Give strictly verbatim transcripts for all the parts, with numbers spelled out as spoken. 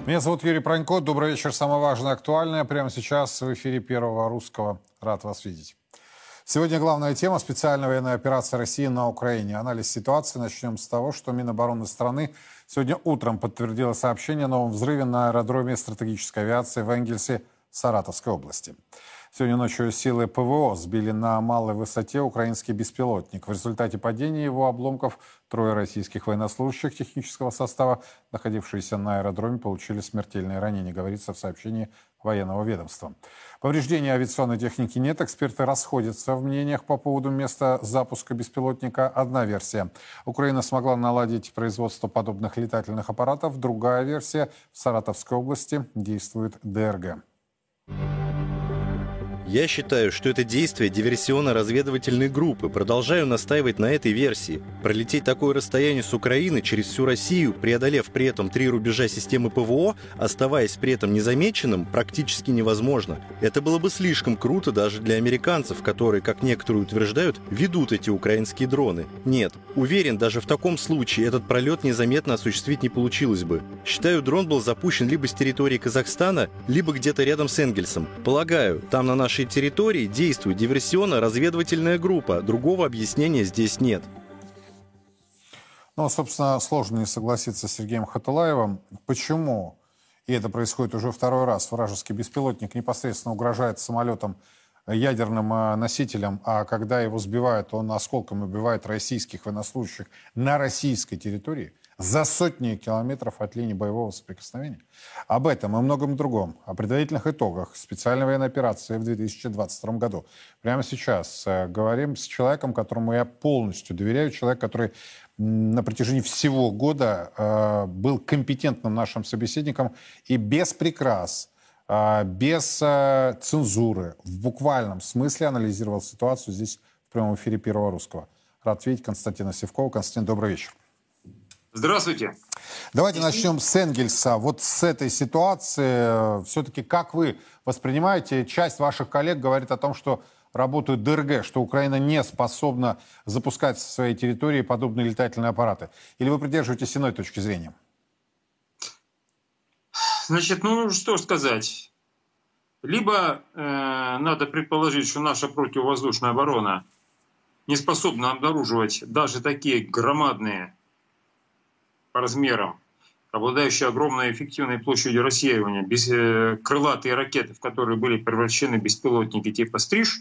Меня зовут Юрий Пронько. Добрый вечер. Самое важное, актуальное прямо сейчас в эфире Первого Русского. Рад вас видеть. Сегодня главная тема – специальная военная операция России на Украине. Анализ ситуации. Начнем с того, что Минобороны страны сегодня утром подтвердило сообщение о новом взрыве на аэродроме стратегической авиации в Энгельсе Саратовской области. Сегодня ночью силы ПВО сбили на малой высоте украинский беспилотник. В результате падения его обломков трое российских военнослужащих технического состава, находившиеся на аэродроме, получили смертельные ранения, говорится в сообщении военного ведомства. Повреждений авиационной техники нет. Эксперты расходятся в мнениях по поводу места запуска беспилотника. Одна версия. Украина смогла наладить производство подобных летательных аппаратов. Другая версия. В Саратовской области действует ДРГ. Я считаю, что это действие диверсионно-разведывательной группы. Продолжаю настаивать на этой версии. Пролететь такое расстояние с Украины через всю Россию, преодолев при этом три рубежа системы ПВО, оставаясь при этом незамеченным, практически невозможно. Это было бы слишком круто даже для американцев, которые, как некоторые утверждают, ведут эти украинские дроны. Нет, уверен, даже в таком случае этот пролет незаметно осуществить не получилось бы. Считаю, дрон был запущен либо с территории Казахстана, либо где-то рядом с Энгельсом. Полагаю, там на нашей территории действует диверсионно-разведывательная группа. Другого объяснения здесь нет. Ну, собственно, сложно не согласиться с Сергеем Хатулаевым. Почему, и это происходит уже второй раз, вражеский беспилотник непосредственно угрожает самолетам, ядерным носителям, а когда его сбивают, он осколком убивает российских военнослужащих на российской территории, за сотни километров от линии боевого соприкосновения. Об этом и многом другом, о предварительных итогах специальной военной операции в две тысячи двадцать втором году. Прямо сейчас э, говорим с человеком, которому я полностью доверяю, человек, который на протяжении всего года э, был компетентным нашим собеседником и без прикрас, э, без э, цензуры, в буквальном смысле анализировал ситуацию здесь в прямом эфире Первого Русского. Рад видеть Константина Сивкова. Константин, добрый вечер. Здравствуйте. Давайте начнем с Энгельса. Вот с этой ситуации, все-таки как вы воспринимаете? Часть ваших коллег говорит о том, что работают ДРГ, что Украина не способна запускать со своей территории подобные летательные аппараты. Или вы придерживаетесь иной точки зрения? Значит, ну что сказать. Либо э, надо предположить, что наша противовоздушная оборона не способна обнаруживать даже такие громадные по размерам, обладающие огромной эффективной площадью рассеивания, без, э, крылатые ракеты, в которые были превращены беспилотники типа «Стриж».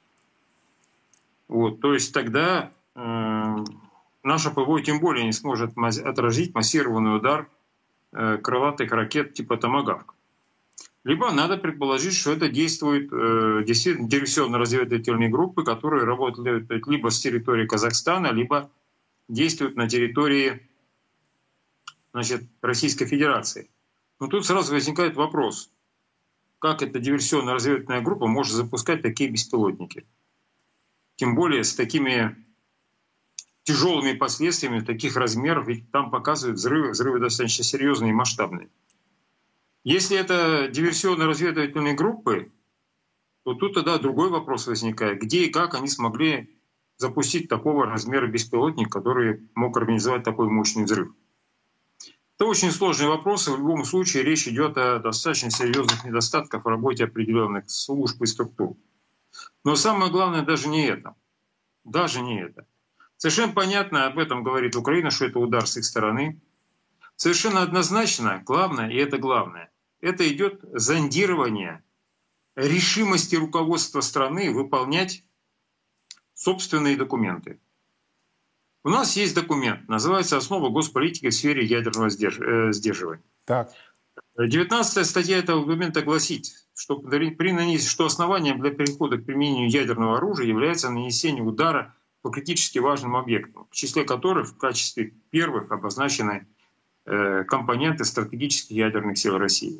Вот, то есть тогда э, наша ПВО тем более не сможет отразить массированный удар э, крылатых ракет типа «Томагавк». Либо надо предположить, что это действуют э, действительно диверсионно-разведывательные группы, которые работают либо с территории Казахстана, либо действуют на территории, значит, Российской Федерации. Но тут сразу возникает вопрос, как эта диверсионно-разведывательная группа может запускать такие беспилотники? Тем более с такими тяжелыми последствиями, таких размеров, ведь там показывают взрывы, взрывы достаточно серьезные и масштабные. Если это диверсионно-разведывательные группы, то тут тогда другой вопрос возникает. Где и как они смогли запустить такого размера беспилотник, который мог организовать такой мощный взрыв? Это очень сложный вопрос, и в любом случае речь идет о достаточно серьезных недостатках в работе определенных служб и структур. Но самое главное даже не это. Даже не это. Совершенно понятно, об этом говорит Украина, что это удар с их стороны. Совершенно однозначно, главное, и это главное, это идет зондирование решимости руководства страны выполнять собственные документы. У нас есть документ, называется «Основа госполитики в сфере ядерного сдерживания». Так. девятнадцатая статья этого документа гласит, что, при нанес... что основанием для перехода к применению ядерного оружия является нанесение удара по критически важным объектам, в числе которых в качестве первых обозначены э, компоненты стратегических ядерных сил России.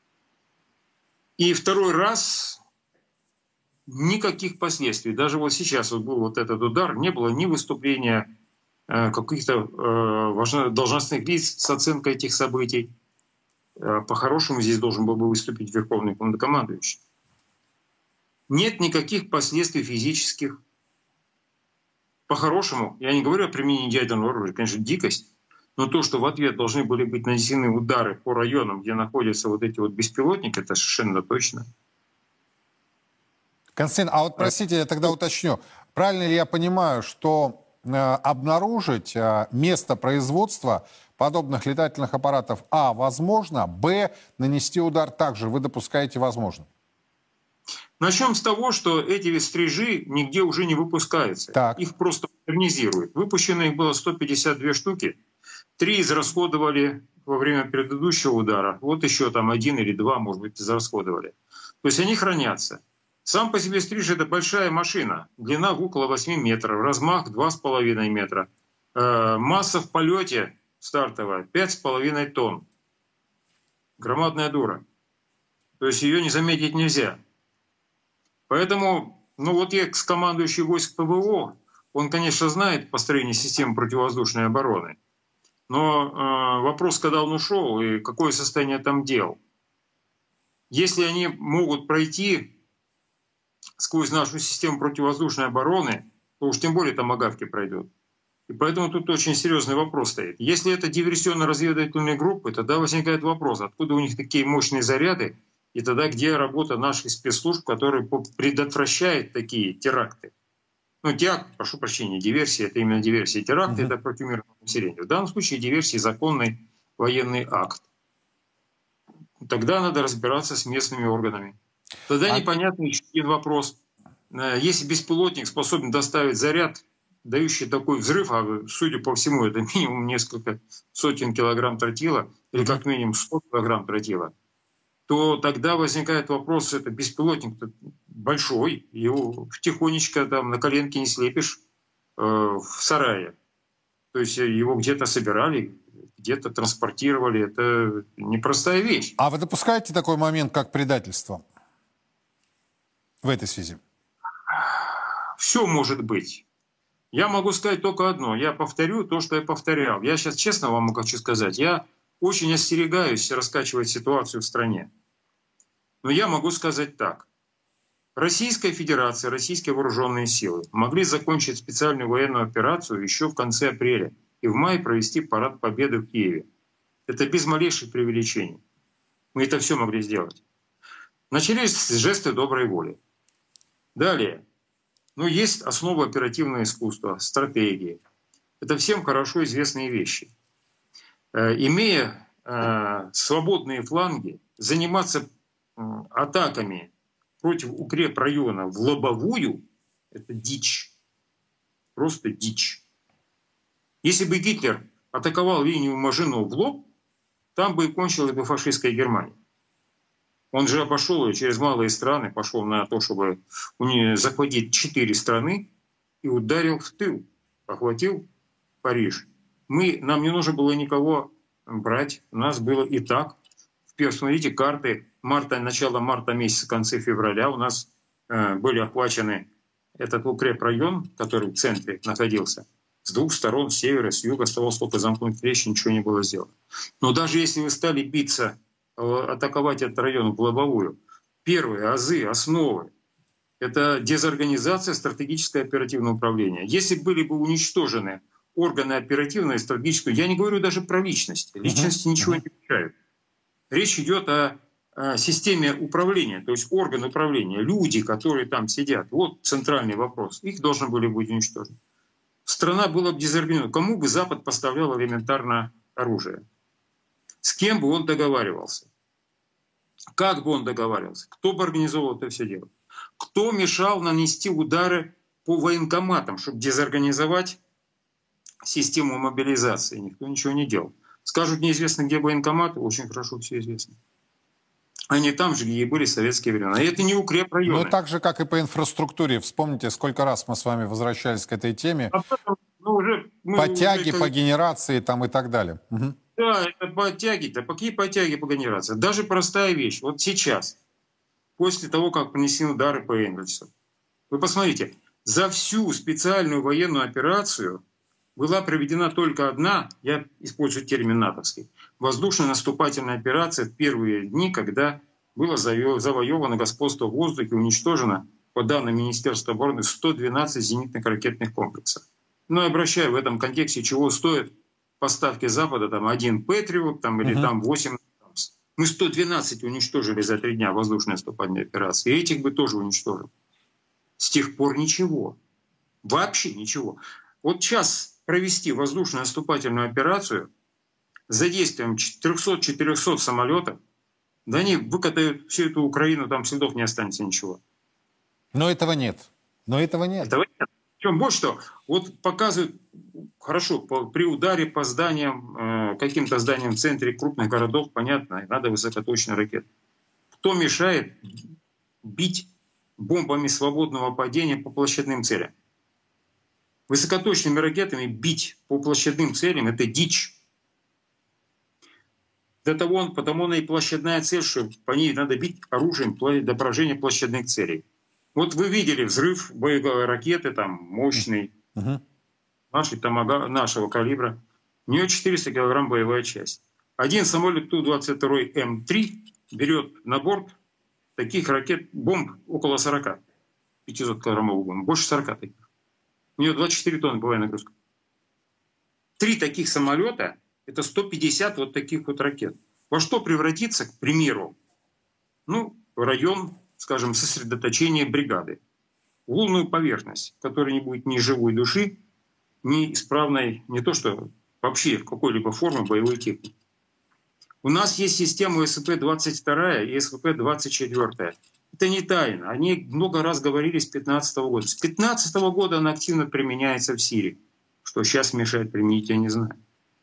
И второй раз никаких последствий. Даже вот сейчас вот был вот этот удар, не было ни выступления каких-то э, должностных лиц с оценкой этих событий. Э, по-хорошему здесь должен был бы выступить верховный главнокомандующий. Нет никаких последствий физических. По-хорошему, я не говорю о применении ядерного оружия, конечно, дикость, Но то, что в ответ должны были быть нанесены удары по районам, где находятся вот эти вот беспилотники, это совершенно точно. Константин, а вот простите, я тогда уточню. Правильно ли я понимаю, что э, обнаружить э, место производства подобных летательных аппаратов, а, возможно, б, нанести удар также вы допускаете возможно? Начнем с того, что эти стрижи нигде уже не выпускаются. Так. Их просто модернизируют. Выпущено их было сто пятьдесят две штуки. Три израсходовали во время предыдущего удара. Вот еще там один или два, может быть, израсходовали. То есть они хранятся. Сам по себе стриж — это большая машина. Длина около восьми метров, размах два с половиной метра. Э, масса в полете стартовая пять с половиной тонн. Громадная дура. То есть ее не заметить нельзя. Поэтому, ну вот экс-командующий войск ПВО, он, конечно, знает построение системы противовоздушной обороны. Но э, вопрос, когда он ушел и какое состояние там дел. Если они могут пройти сквозь нашу систему противовоздушной обороны, то уж тем более томагавки пройдут. И поэтому тут очень серьезный вопрос стоит. Если это диверсионно-разведывательные группы, тогда возникает вопрос, откуда у них такие мощные заряды, и тогда где работа наших спецслужб, которые предотвращают такие теракты. Ну, теракт, прошу прощения, диверсия — это именно диверсия. Теракты — это против мирного населения. В данном случае диверсия — законный военный акт. Тогда надо разбираться с местными органами. Тогда а... непонятный еще один вопрос. Если беспилотник способен доставить заряд, дающий такой взрыв, а судя по всему, это минимум несколько сотен килограмм тротила, или как минимум сто килограмм тротила, то тогда возникает вопрос, это беспилотник большой, его тихонечко там на коленке не слепишь э, в сарае. То есть его где-то собирали, где-то транспортировали. Это непростая вещь. А вы допускаете такой момент, как предательство в этой связи? Все может быть. Я могу сказать только одно. Я повторю то, что я повторял. Я сейчас честно вам хочу сказать. Я очень остерегаюсь раскачивать ситуацию в стране. Но я могу сказать так. Российская Федерация, российские вооруженные силы могли закончить специальную военную операцию еще в конце апреля и в мае провести парад Победы в Киеве. Это без малейших преувеличений. Мы это все могли сделать. Начались жесты доброй воли. Далее. Ну, есть основа оперативного искусства, стратегии. Это всем хорошо известные вещи. Э, имея э, свободные фланги, заниматься э, атаками против укрепрайона в лобовую — это дичь. Просто дичь. Если бы Гитлер атаковал линию Мажино в лоб, там бы и кончилась бы фашистская Германия. Он же обошел ее через малые страны, пошел на то, чтобы у нее захватить четыре страны, и ударил в тыл, охватил Париж. Мы, нам не нужно было никого брать, у нас было и так. Посмотрите карты марта, начало марта месяца, конце февраля у нас э, были охвачены этот укрепрайон, который в центре находился. С двух сторон, с севера, с юга, оставалось только замкнуть речь, ничего не было сделано. Но даже если вы стали биться, атаковать этот район в лобовую, первые азы, основы — это дезорганизация, стратегическое оперативное управление. Если были бы уничтожены органы оперативного и стратегического, я не говорю даже про личности, личности ничего не мешают. Речь идет о, о системе управления, то есть орган управления, люди, которые там сидят. Вот центральный вопрос. Их должны были быть уничтожены. Страна была бы дезорганизована. Кому бы Запад поставлял элементарно оружие? С кем бы он договаривался? Как бы он договаривался? Кто бы организовал это все дело? Кто мешал нанести удары по военкоматам, чтобы дезорганизовать систему мобилизации? Никто ничего не делал. Скажут, неизвестно, где военкоматы, очень хорошо все известно. Они там же, где и были в советские времена. И это не укрепрайоны. Ну, так же, как и по инфраструктуре. Вспомните, сколько раз мы с вами возвращались к этой теме. А потом, ну, уже, мы подтяги уже... по генерации там и так далее. Угу. Да, это подтяги-то. Какие подтяги по генерации? Даже простая вещь. Вот сейчас, после того, как понесены удары по Энгельсу, вы посмотрите, за всю специальную военную операцию была проведена только одна, я использую термин натовский, воздушно-наступательная операция в первые дни, когда было завоевано господство в воздухе, уничтожено, по данным Министерства обороны, сто двенадцать зенитных ракетных комплексов. Но обращаю в этом контексте, чего стоит поставки Запада, там один Патриот, там, или uh-huh. там восемь. Мы сто двенадцать уничтожили за три дня воздушной наступательной операции. И этих бы тоже уничтожили. С тех пор ничего. Вообще ничего. Вот сейчас провести воздушную наступательную операцию за действием трёхсот-четырёхсот самолетов, да они выкатают всю эту Украину, там следов не останется ничего. Но этого нет. Но этого нет. Этого нет. Причем больше того, вот показывают, хорошо, по, при ударе по зданиям, э, каким-то зданиям в центре крупных городов, понятно, надо высокоточные ракеты. Кто мешает бить бомбами свободного падения по площадным целям? Высокоточными ракетами бить по площадным целям — это дичь. Для того, потому она и площадная цель, что по ней надо бить оружием до поражения площадных целей. Вот вы видели взрыв боевой ракеты, там, мощный, uh-huh. нашей, там, нашего калибра. У нее четыреста килограмм боевая часть. Один самолет Ту двадцать два М три берет на борт таких ракет, бомб около сорока. пятисот килограммовых бомб. Больше сорока таких. У нее двадцать четыре тонны боевая нагрузка. Три таких самолета — это сто пятьдесят вот таких вот ракет. Во что превратится, к примеру, ну, район, скажем, сосредоточения бригады. В лунную поверхность, в которой не будет ни живой души, ни исправной, не то что вообще в какой-либо форме боевой техники. У нас есть система эс вэ пэ двадцать два и эс вэ пэ двадцать четыре. Это не тайна. Они много раз говорили с две тысячи пятнадцатого года. С две тысячи пятнадцатого года она активно применяется в Сирии. Что сейчас мешает применить, я не знаю.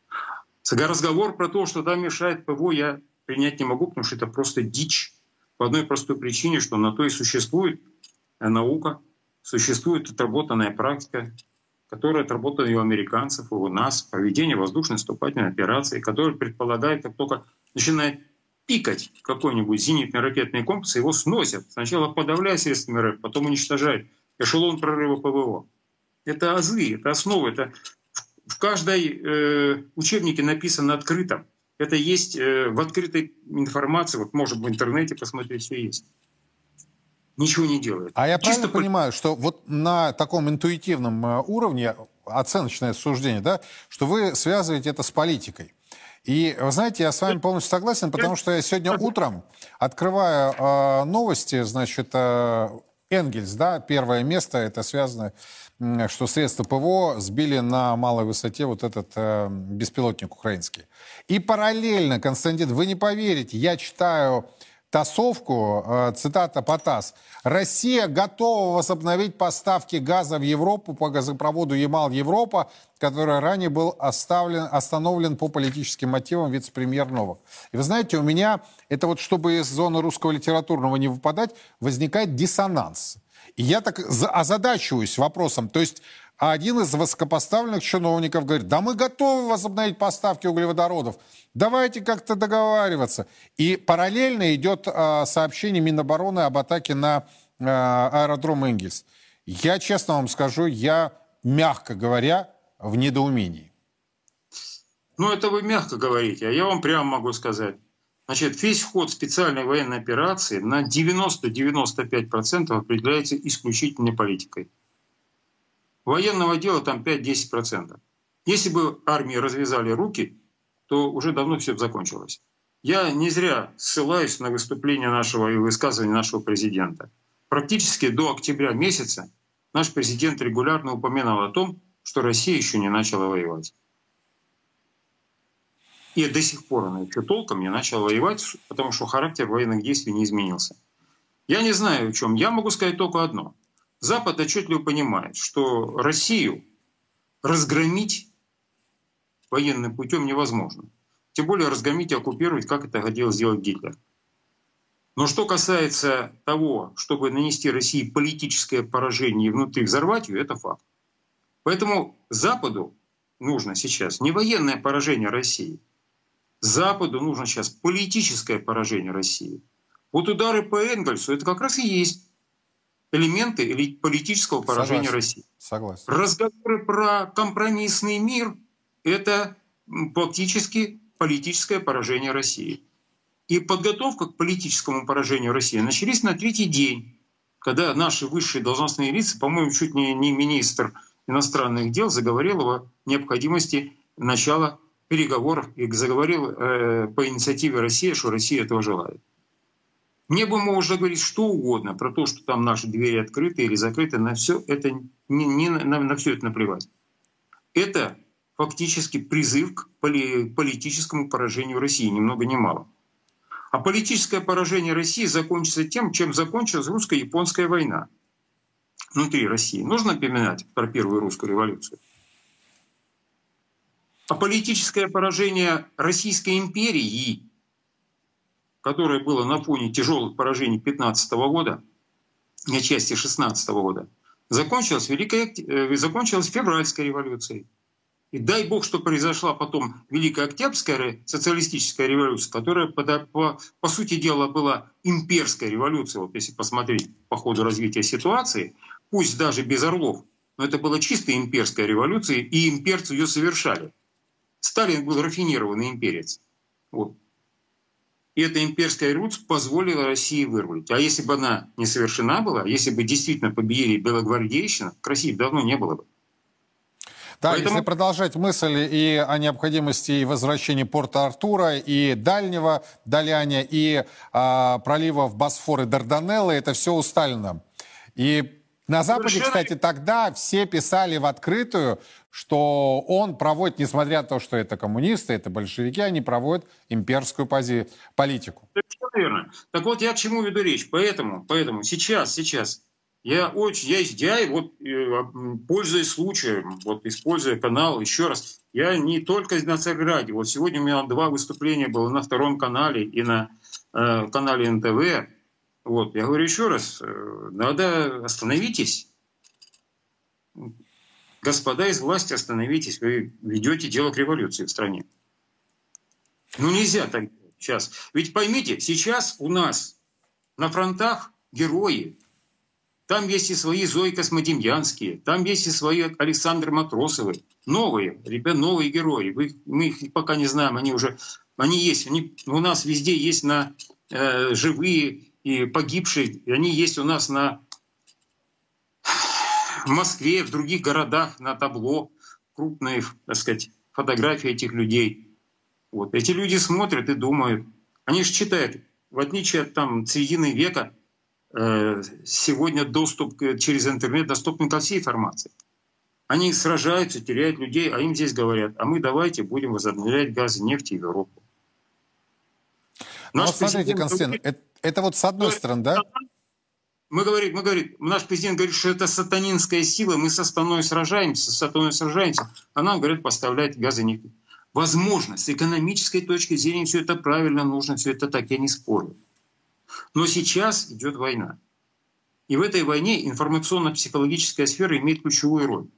Разговор про то, что там мешает ПВО, я принять не могу, потому что это просто дичь. По одной простой причине, что на то и существует наука, существует отработанная практика, которая отработана и у американцев, и у нас, проведение воздушной наступательной операции, которая предполагает, как только начинает пикать какой-нибудь зенитный ракетный комплекс, его сносят. Сначала подавляя средствами РЭП, потом уничтожают эшелон прорыва ПВО. Это азы, это основы, это в каждой э, учебнике написано открыто. Это есть э, в открытой информации, вот может в интернете посмотреть, все есть. Ничего не делает. А я Чисто правильно по... понимаю, что вот на таком интуитивном уровне, оценочное суждение, да, что вы связываете это с политикой. И, вы знаете, я с вами полностью согласен, потому что я сегодня утром, открывая э, новости, значит, э, Энгельс, да, первое место, это связано, что средства ПВО сбили на малой высоте вот этот э, беспилотник украинский. И параллельно, Константин, вы не поверите, я читаю тассовку, э, цитата по ТАСС. «Россия готова возобновить поставки газа в Европу по газопроводу Ямал-Европа, который ранее был оставлен, остановлен по политическим мотивам, вице-премьер Новак». И вы знаете, у меня, это вот чтобы из зоны русского литературного не выпадать, возникает диссонанс. И я так озадачиваюсь вопросом. То есть один из высокопоставленных чиновников говорит, да мы готовы возобновить поставки углеводородов, давайте как-то договариваться. И параллельно идет э, сообщение Минобороны об атаке на э, аэродром Энгельс. Я честно вам скажу, я, мягко говоря, в недоумении. Ну это вы мягко говорите, а я вам прямо могу сказать. Значит, весь ход специальной военной операции на девяносто-девяносто пять процентов определяется исключительно политикой. Военного дела там пять-десять процентов. Если бы армии развязали руки, то уже давно все закончилось. Я не зря ссылаюсь на выступление нашего и высказывание нашего президента. Практически до октября месяца наш президент регулярно упоминал о том, что Россия еще не начала воевать. И до сих пор она еще толком не начала воевать, потому что характер военных действий не изменился. Я не знаю, в чем. Я могу сказать только одно. Запад отчетливо понимает, что Россию разгромить военным путем невозможно. Тем более разгромить и оккупировать, как это хотел сделать Гитлер. Но что касается того, чтобы нанести России политическое поражение и внутри взорвать ее, это факт. Поэтому Западу нужно сейчас не военное поражение России. Западу нужно сейчас политическое поражение России. Вот удары по Энгельсу — это как раз и есть элементы политического поражения Согласен. России. Согласен. Разговоры про компромиссный мир — это фактически политическое поражение России. И подготовка к политическому поражению России начались на третий день, когда наши высшие должностные лица, по-моему, чуть не, не министр иностранных дел, заговорил о необходимости начала переговоров и заговорил э, по инициативе России, что Россия этого желает. Мне бы можно говорить что угодно про то, что там наши двери открыты или закрыты, на все это не, не на, на все это наплевать. Это фактически призыв к поли, политическому поражению России, ни много ни мало. А политическое поражение России закончится тем, чем закончилась русско-японская война внутри России. Нужно напоминать про первую русскую революцию. А политическое поражение Российской империи, которое было на фоне тяжелых поражений пятнадцатого года и отчасти шестнадцатого года, закончилось, Великой, закончилось февральской революцией. И дай бог, что произошла потом Великая Октябрьская социалистическая революция, которая, по, по, по сути дела, была имперской революцией. Вот если посмотреть по ходу развития ситуации, пусть даже без орлов, но это была чисто имперская революция, и имперцы ее совершали. Сталин был рафинированный имперец. Вот. И эта имперская революция позволила России вырвать. А если бы она не совершена была, если бы действительно победили белогвардейщина, России давно не было бы. Да, Поэтому... если продолжать мысль и о необходимости возвращения порта Артура, и дальнего Даляня, и а, проливов Босфор и Дарданеллы, это все у Сталина. И на Западе, Совершенно... кстати, тогда все писали в открытую, что он проводит, несмотря на то, что это коммунисты, это большевики, они проводят имперскую пози... политику. Совершенно верно. Так вот, я к чему веду речь. Поэтому, поэтому сейчас, сейчас я очень, я, я вот, пользуясь случаем, вот используя канал, еще раз, я не только на Царьграде. Вот сегодня у меня два выступления было на втором канале и на э, канале эн тэ вэ. Вот, я говорю еще раз, э, надо остановитесь. Господа из власти, остановитесь. Вы ведете дело к революции в стране. Ну нельзя так сейчас. Ведь поймите, сейчас у нас на фронтах герои. Там есть и свои Зои Космодемьянские, там есть и свои Александры Матросовы. Новые, ребята, новые герои. Вы, мы их пока не знаем, они уже, они есть. Они, у нас везде есть на э, живые и погибшие. И они есть у нас на в Москве, в других городах на табло. Крупные, так сказать, фотографии этих людей. Вот. Эти люди смотрят и думают. Они же читают. В отличие от там, середины века, сегодня доступ через интернет доступен ко всей информации. Они сражаются, теряют людей, а им здесь говорят, а мы давайте будем возобновлять газ и нефть в Европу. Ну, вот смотрите, Константин, говорит, это, это вот с одной стороны, да? Мы говорим, мы говорим, наш президент говорит, что это сатанинская сила, мы со сатаной сражаемся, с сатаной сражаемся, а нам, говорят, поставлять газ и нефть. Возможно, с экономической точки зрения все это правильно, нужно, все это так, я не спорю. Но сейчас идет война. И в этой войне информационно-психологическая сфера имеет ключевую роль.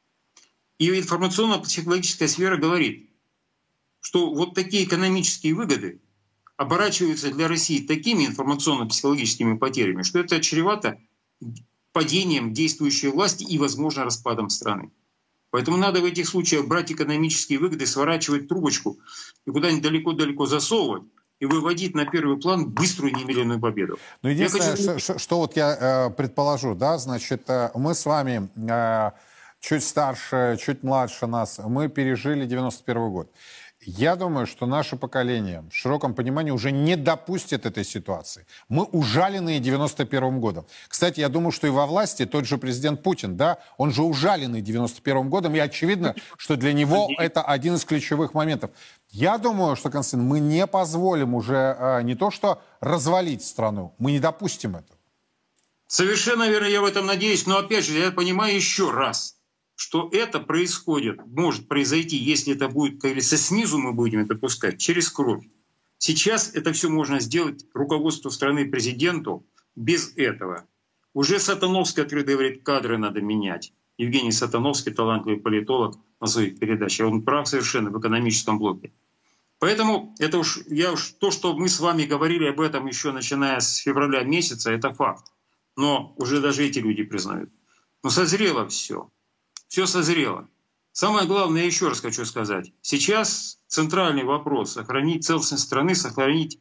И информационно-психологическая сфера говорит, что вот такие экономические выгоды оборачиваются для России такими информационно-психологическими потерями, что это чревато падением действующей власти и, возможно, распадом страны. Поэтому надо в этих случаях брать экономические выгоды, сворачивать трубочку и куда-нибудь далеко-далеко засовывать, и выводить на первый план быструю немедленную победу. Ну, единственное, хочу... что, что, что вот я э, предположу, да, значит, э, мы с вами э, чуть старше, чуть младше нас, мы пережили девяносто первый год. Я думаю, что наше поколение в широком понимании уже не допустит этой ситуации. Мы ужаленные девяносто первым годом. Кстати, я думаю, что и во власти тот же президент Путин, да, он же ужаленный девяносто первым годом, и очевидно, что для него это один из ключевых моментов. Я думаю, что, Константин, мы не позволим уже э, не то что развалить страну, мы не допустим этого. Совершенно верно, я в этом надеюсь, но опять же, я понимаю еще раз, что это происходит, может произойти, если это будет, как говорится, снизу мы будем это пускать, через кровь. Сейчас это все можно сделать руководству страны, президенту, без этого. Уже Сатановский открыто говорит, кадры надо менять. Евгений Сатановский, талантливый политолог, на своих передачах, он прав совершенно в экономическом блоке. Поэтому это уж, я уж, то, что мы с вами говорили об этом еще начиная с февраля месяца, это факт. Но уже даже эти люди признают. Но созрело все. Все созрело. Самое главное, я еще раз хочу сказать. Сейчас центральный вопрос — сохранить целостность страны, сохранить,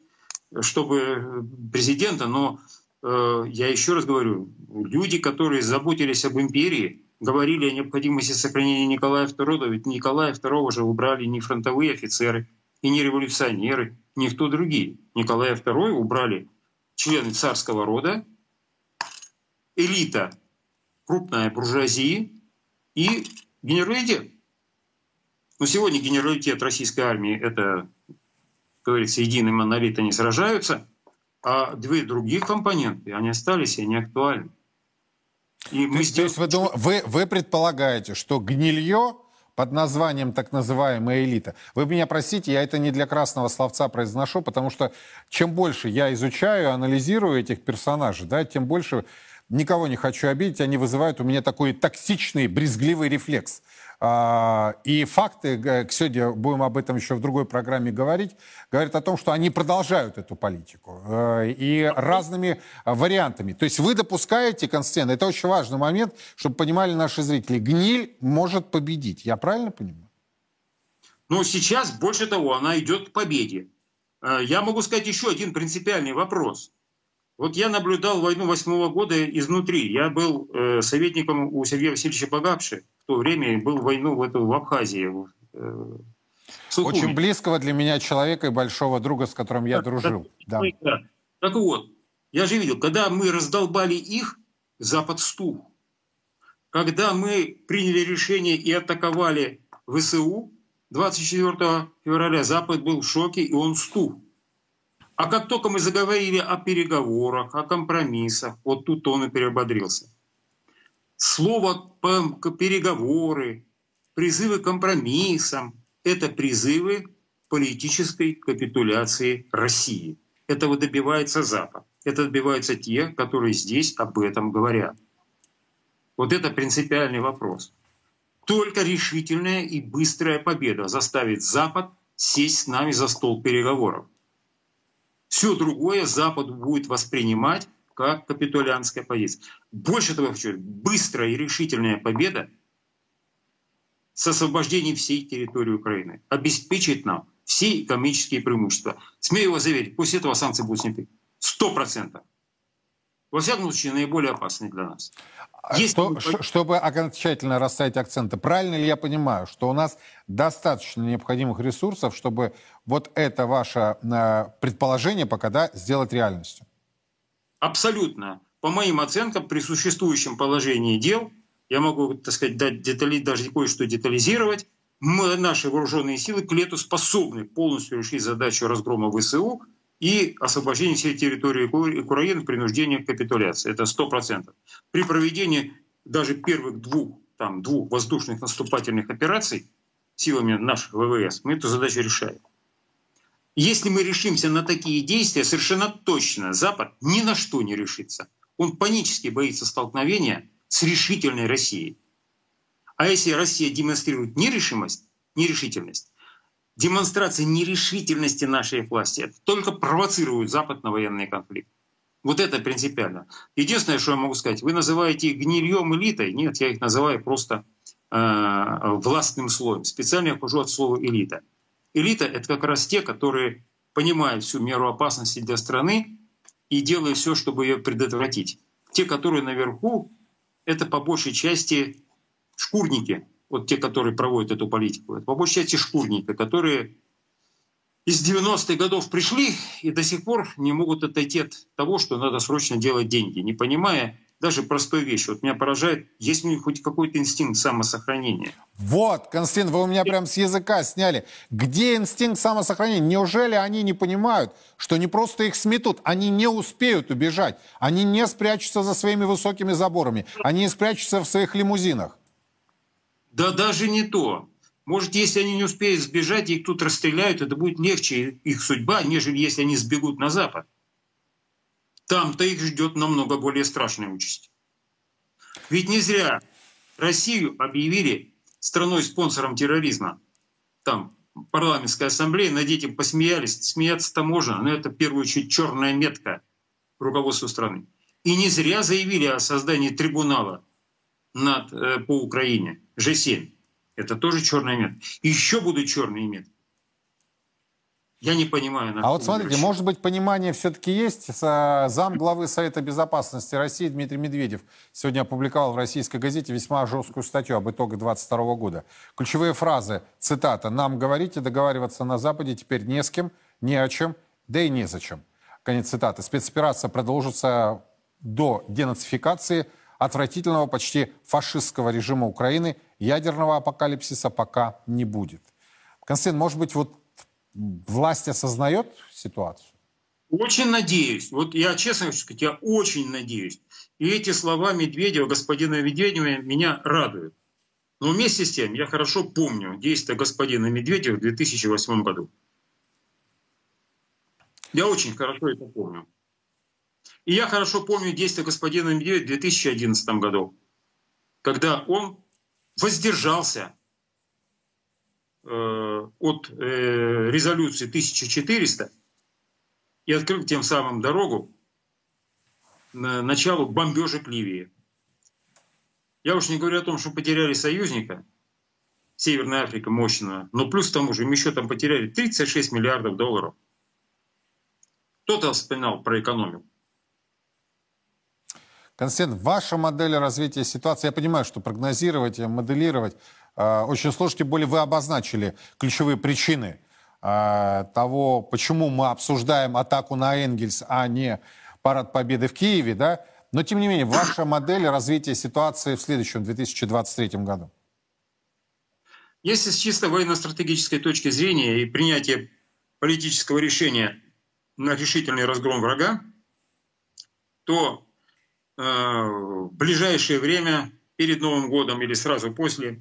чтобы президента, но э, я еще раз говорю, люди, которые заботились об империи, говорили о необходимости сохранения Николая второго, ведь Николая второго же убрали не фронтовые офицеры, и не революционеры, никто другие. Николая второго убрали члены царского рода, элита, крупная буржуазия и генералитет. Но сегодня генералитет российской армии — это, как говорится, единый монолит, они сражаются, а две других компоненты, они остались, и они актуальны. И мы то, сделали... то есть вы, дум... вы, вы предполагаете, что гнилье под названием так называемая элита. Вы меня простите, я это не для красного словца произношу, потому что чем больше я изучаю, анализирую этих персонажей, да, тем больше никого не хочу обидеть, они вызывают у меня такой токсичный, брезгливый рефлекс. И факты, сегодня будем об этом еще в другой программе говорить, говорят о том, что они продолжают эту политику и разными вариантами. То есть вы допускаете, Константин, это очень важный момент, чтобы понимали наши зрители, гниль может победить. Я правильно понимаю? Но сейчас, больше того, она идет к победе. Я могу сказать еще один принципиальный вопрос. Вот я наблюдал войну восьмого года изнутри. Я был э, советником у Сергея Васильевича Багапши в то время, был войну в, эту, в Абхазии. В, э, в Очень близкого для меня человека и большого друга, с которым я дружил. Да. Да. Так вот, я же видел, когда мы раздолбали их, Запад стух. Когда мы приняли решение и атаковали ВСУ двадцать четвёртого февраля, Запад был в шоке, и он стух. А как только мы заговорили о переговорах, о компромиссах, вот тут он и переободрился. Слово «переговоры», призывы к компромиссам — это призывы политической капитуляции России. Этого добивается Запад. Это добиваются те, которые здесь об этом говорят. Вот это принципиальный вопрос. Только решительная и быстрая победа заставит Запад сесть с нами за стол переговоров. Все другое Запад будет воспринимать как капитулянская позиция. Больше того, хочу, быстрая и решительная победа с освобождением всей территории Украины обеспечит нам все экономические преимущества. Смею вас заверить, после этого санкции будут сняты. Сто процентов. Во всяком случае, наиболее опасные для нас. Что, мы... Чтобы окончательно расставить акценты, правильно ли я понимаю, что у нас достаточно необходимых ресурсов, чтобы вот это ваше э, предположение пока да, сделать реальностью? Абсолютно. По моим оценкам, при существующем положении дел, я могу, так сказать, дать детали, даже кое-что детализировать, мы, наши вооруженные силы к лету способны полностью решить задачу разгрома ВСУ и освобождение всей территории Украины, принуждения к капитуляции. Это сто процентов. При проведении даже первых двух, там, двух воздушных наступательных операций силами наших ВВС мы эту задачу решаем. Если мы решимся на такие действия, совершенно точно Запад ни на что не решится. Он панически боится столкновения с решительной Россией. А если Россия демонстрирует нерешимость, нерешительность, демонстрация нерешительности нашей власти это только провоцирует Запад на военный конфликт. Вот это принципиально. Единственное, что я могу сказать, вы называете их гнильем, элитой. Нет, я их называю просто э, властным слоем. Специально я хожу от слова элита. Элита — это как раз те, которые понимают всю меру опасности для страны и делают все, чтобы ее предотвратить. Те, которые наверху, это по большей части шкурники. Вот те, которые проводят эту политику. Это по большей части шкурники, которые из девяностых годов пришли и до сих пор не могут отойти от того, что надо срочно делать деньги, не понимая даже простой вещи. Вот меня поражает, есть у них хоть какой-то инстинкт самосохранения. Вот, Константин, вы у меня прям с языка сняли. Где инстинкт самосохранения? Неужели они не понимают, что не просто их сметут, они не успеют убежать, они не спрячутся за своими высокими заборами, они не спрячутся в своих лимузинах? Да даже не то. Может, если они не успеют сбежать, их тут расстреляют, это будет легче их судьба, нежели если они сбегут на Запад. Там-то их ждет намного более страшная участь. Ведь не зря Россию объявили страной-спонсором терроризма. Там парламентская ассамблея, над этим посмеялись. Смеяться-то можно, но это в первую очередь черная метка руководства страны. И не зря заявили о создании трибунала над, э, по Украине, Ж семь. Это тоже черная метка. Еще будут черные метки. Я не понимаю. А вот смотрите, может быть, понимание все-таки есть. Зам главы Совета Безопасности России Дмитрий Медведев сегодня опубликовал в российской газете весьма жесткую статью об итогах двадцать второго года. Ключевые фразы, цитата: «Нам говорить и договариваться на Западе теперь не с кем, не о чем, да и незачем». Конец цитаты. Спецоперация продолжится до денацификации отвратительного, почти фашистского режима Украины. Ядерного апокалипсиса пока не будет. Константин, может быть, вот власть осознает ситуацию? Очень надеюсь. Вот я честно хочу сказать, я очень надеюсь. И эти слова Медведева, господина Медведева, меня радуют. Но вместе с тем я хорошо помню действия господина Медведева в две тысячи восьмом году. Я очень хорошо это помню. И я хорошо помню действия господина Медведева в две тысячи одиннадцатом году, когда он воздержался э, от э, резолюции тысяча четыреста и открыл тем самым дорогу на началу бомбежек Ливии. Я уж не говорю о том, что потеряли союзника, Северная Африка мощного, но плюс к тому же мы еще там потеряли тридцать шесть миллиардов долларов. Кто-то вспоминал про экономику. Константин, ваша модель развития ситуации, я понимаю, что прогнозировать, моделировать э, очень сложно, тем более вы обозначили ключевые причины э, того, почему мы обсуждаем атаку на Энгельс, а не парад Победы в Киеве, да? Но тем не менее, ваша модель развития ситуации в следующем две тысячи двадцать третьем году. Если с чисто военно-стратегической точки зрения и принятия политического решения на решительный разгром врага, то в ближайшее время, перед Новым годом или сразу после,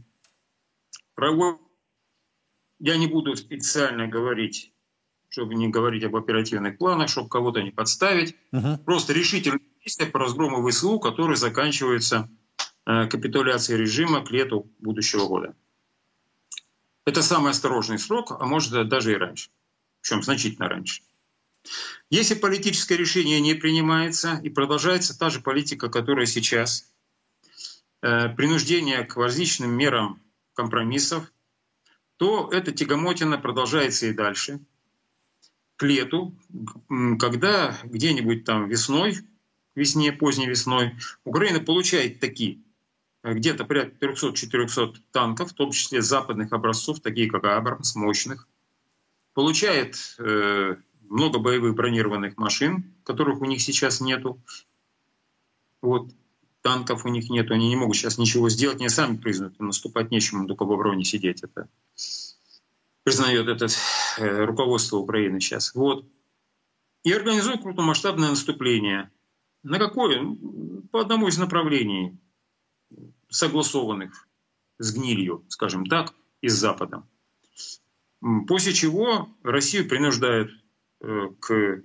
я не буду специально говорить, чтобы не говорить об оперативных планах, чтобы кого-то не подставить, угу. Просто решительные действия по разгрому ВСУ, которые заканчиваются капитуляцией режима к лету будущего года. Это самый осторожный срок, а может даже и раньше, причем значительно раньше. Если политическое решение не принимается и продолжается та же политика, которая сейчас, э, принуждение к различным мерам компромиссов, то эта тягомотина продолжается и дальше. К лету, когда где-нибудь там весной, весне, поздней весной, Украина получает такие, где-то порядка триста-четыреста танков, в том числе западных образцов, такие как Абрамс, мощных, получает э, много боевых бронированных машин, которых у них сейчас нету. Вот. Танков у них нету, они не могут сейчас ничего сделать, они сами признают, наступать нечему, только в обороне сидеть. Это признает это э, руководство Украины сейчас. Вот. И организует крупномасштабное наступление. На какое? По одному из направлений, согласованных с гнилью, скажем так, и с Западом. После чего Россию принуждают к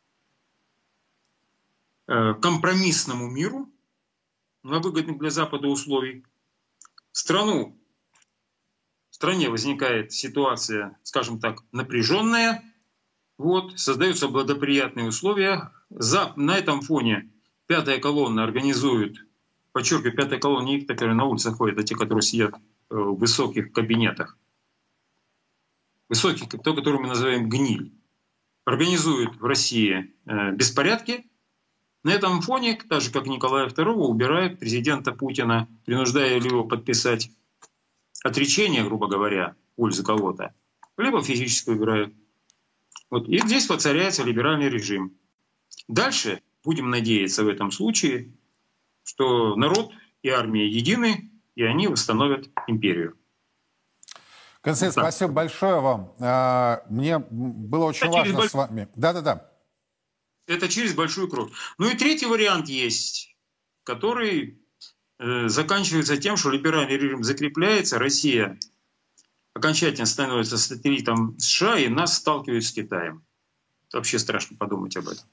компромиссному миру на выгодных для Запада условий. В страну, в стране возникает ситуация, скажем так, напряженная. Вот, создаются благоприятные условия. За, на этом фоне пятая колонна организует, подчеркиваю, пятая колонна не те, которые на улицах ходят, а те, которые сидят в высоких кабинетах. Высоких, то, которые мы называем гниль. Организуют в России э, беспорядки. На этом фоне, так же как Николая второго, убирают президента Путина, принуждая его подписать отречение, грубо говоря, в пользу кого-то, либо физически убирают. Вот. И здесь воцаряется либеральный режим. Дальше будем надеяться в этом случае, что народ и армия едины, и они восстановят империю. Константин, да. Спасибо большое вам. Мне было очень Это важно больш... с вами. Да-да-да. Это через большую кровь. Ну и третий вариант есть, который э, заканчивается тем, что либеральный режим закрепляется, Россия окончательно становится сателлитом США, и нас сталкивают с Китаем. Вообще страшно подумать об этом.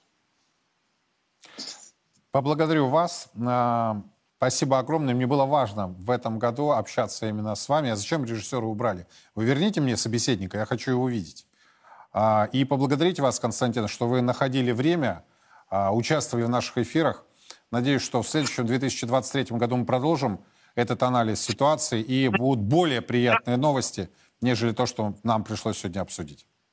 Поблагодарю вас. Спасибо огромное. Мне было важно в этом году общаться именно с вами. А зачем режиссера убрали? Вы верните мне собеседника, я хочу его видеть. И поблагодарить вас, Константин, что вы находили время, участвовали в наших эфирах. Надеюсь, что в следующем две тысячи двадцать третьем году мы продолжим этот анализ ситуации и будут более приятные новости, нежели то, что нам пришлось сегодня обсудить.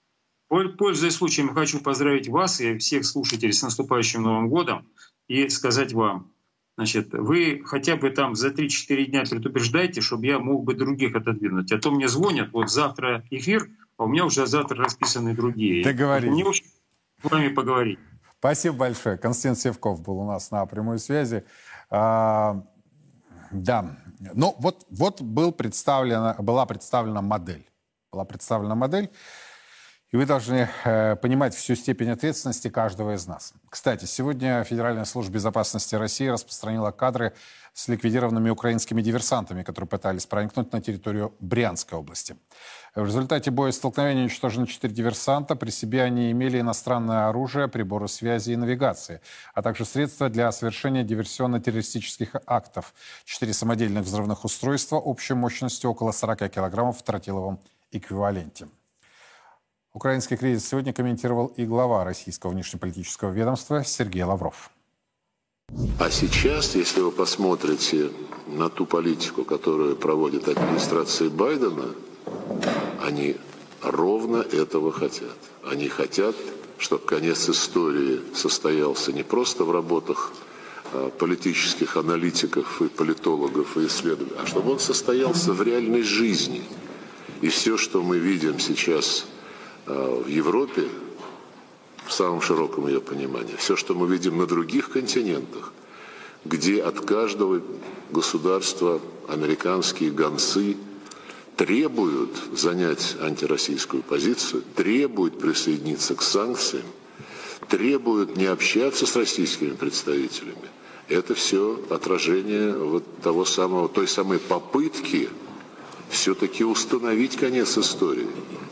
Пользуясь случаем, хочу поздравить вас и всех слушателей с наступающим Новым годом и сказать вам, значит, вы хотя бы там за три-четыре дня предупреждайте, чтобы я мог бы других отодвинуть. А то мне звонят, вот завтра эфир, а у меня уже завтра расписаны другие. Договорились. Мне очень с вами поговорить. Спасибо большое. Константин Севков был у нас на прямой связи. А, да, ну вот, вот был представлена, была представлена модель. Была представлена модель. И вы должны э, понимать всю степень ответственности каждого из нас. Кстати, сегодня Федеральная служба безопасности России распространила кадры с ликвидированными украинскими диверсантами, которые пытались проникнуть на территорию Брянской области. В результате боестолкновения уничтожены четыре диверсанта. При себе они имели иностранное оружие, приборы связи и навигации, а также средства для совершения диверсионно-террористических актов. Четыре самодельных взрывных устройства общей мощностью около сорока килограммов в тротиловом эквиваленте. Украинский кризис сегодня комментировал и глава российского внешнеполитического ведомства Сергей Лавров. А сейчас, если вы посмотрите на ту политику, которую проводит администрация Байдена, они ровно этого хотят. Они хотят, чтобы конец истории состоялся не просто в работах политических аналитиков и политологов и исследователей, а чтобы он состоялся в реальной жизни. И все, что мы видим сейчас в Европе, в самом широком ее понимании, все, что мы видим на других континентах, где от каждого государства американские гонцы требуют занять антироссийскую позицию, требуют присоединиться к санкциям, требуют не общаться с российскими представителями. Это все отражение вот того самого, той самой попытки все-таки установить конец истории.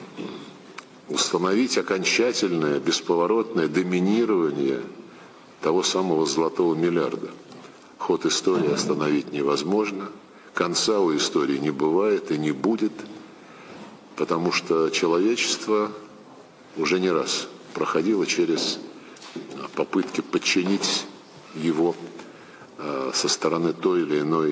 Установить окончательное, бесповоротное доминирование того самого золотого миллиарда. Ход истории остановить невозможно, конца у истории не бывает и не будет, потому что человечество уже не раз проходило через попытки подчинить его со стороны той или иной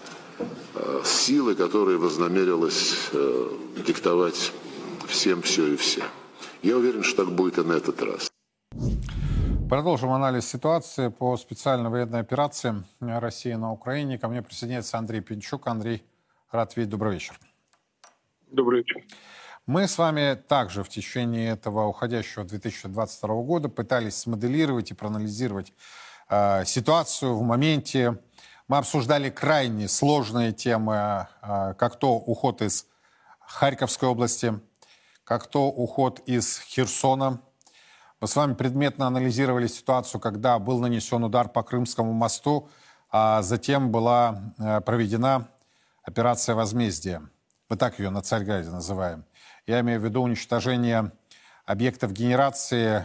силы, которая вознамерилась диктовать всем все и вся. Я уверен, что так будет и на этот раз. Продолжим анализ ситуации по специальной военной операции России на Украине. Ко мне присоединяется Андрей Пинчук. Андрей, рад видеть. Добрый вечер. Добрый вечер. Мы с вами также в течение этого уходящего две тысячи двадцать второго года пытались смоделировать и проанализировать э, ситуацию в моменте. Мы обсуждали крайне сложные темы, э, как то уход из Харьковской области, как то уход из Херсона. Мы с вами предметно анализировали ситуацию, когда был нанесен удар по Крымскому мосту, а затем была проведена операция возмездия. Мы так ее на Царьграде называем. Я имею в виду уничтожение объектов генерации,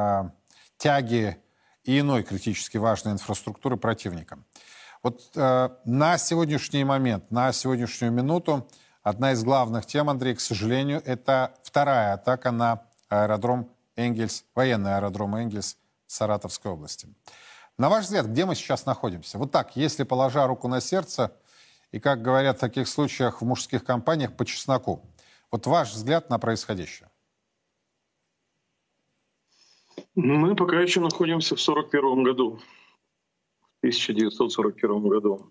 тяги и иной критически важной инфраструктуры противника. Вот на сегодняшний момент, на сегодняшнюю минуту одна из главных тем, Андрей, к сожалению, это вторая атака на аэродром Энгельс, военный аэродром Энгельс в Саратовской области. На ваш взгляд, где мы сейчас находимся? Вот так, если положа руку на сердце, и, как говорят в таких случаях в мужских компаниях, по чесноку. Вот ваш взгляд на происходящее. Мы пока еще находимся в сорок первом году, в тысяча девятьсот сорок первом году.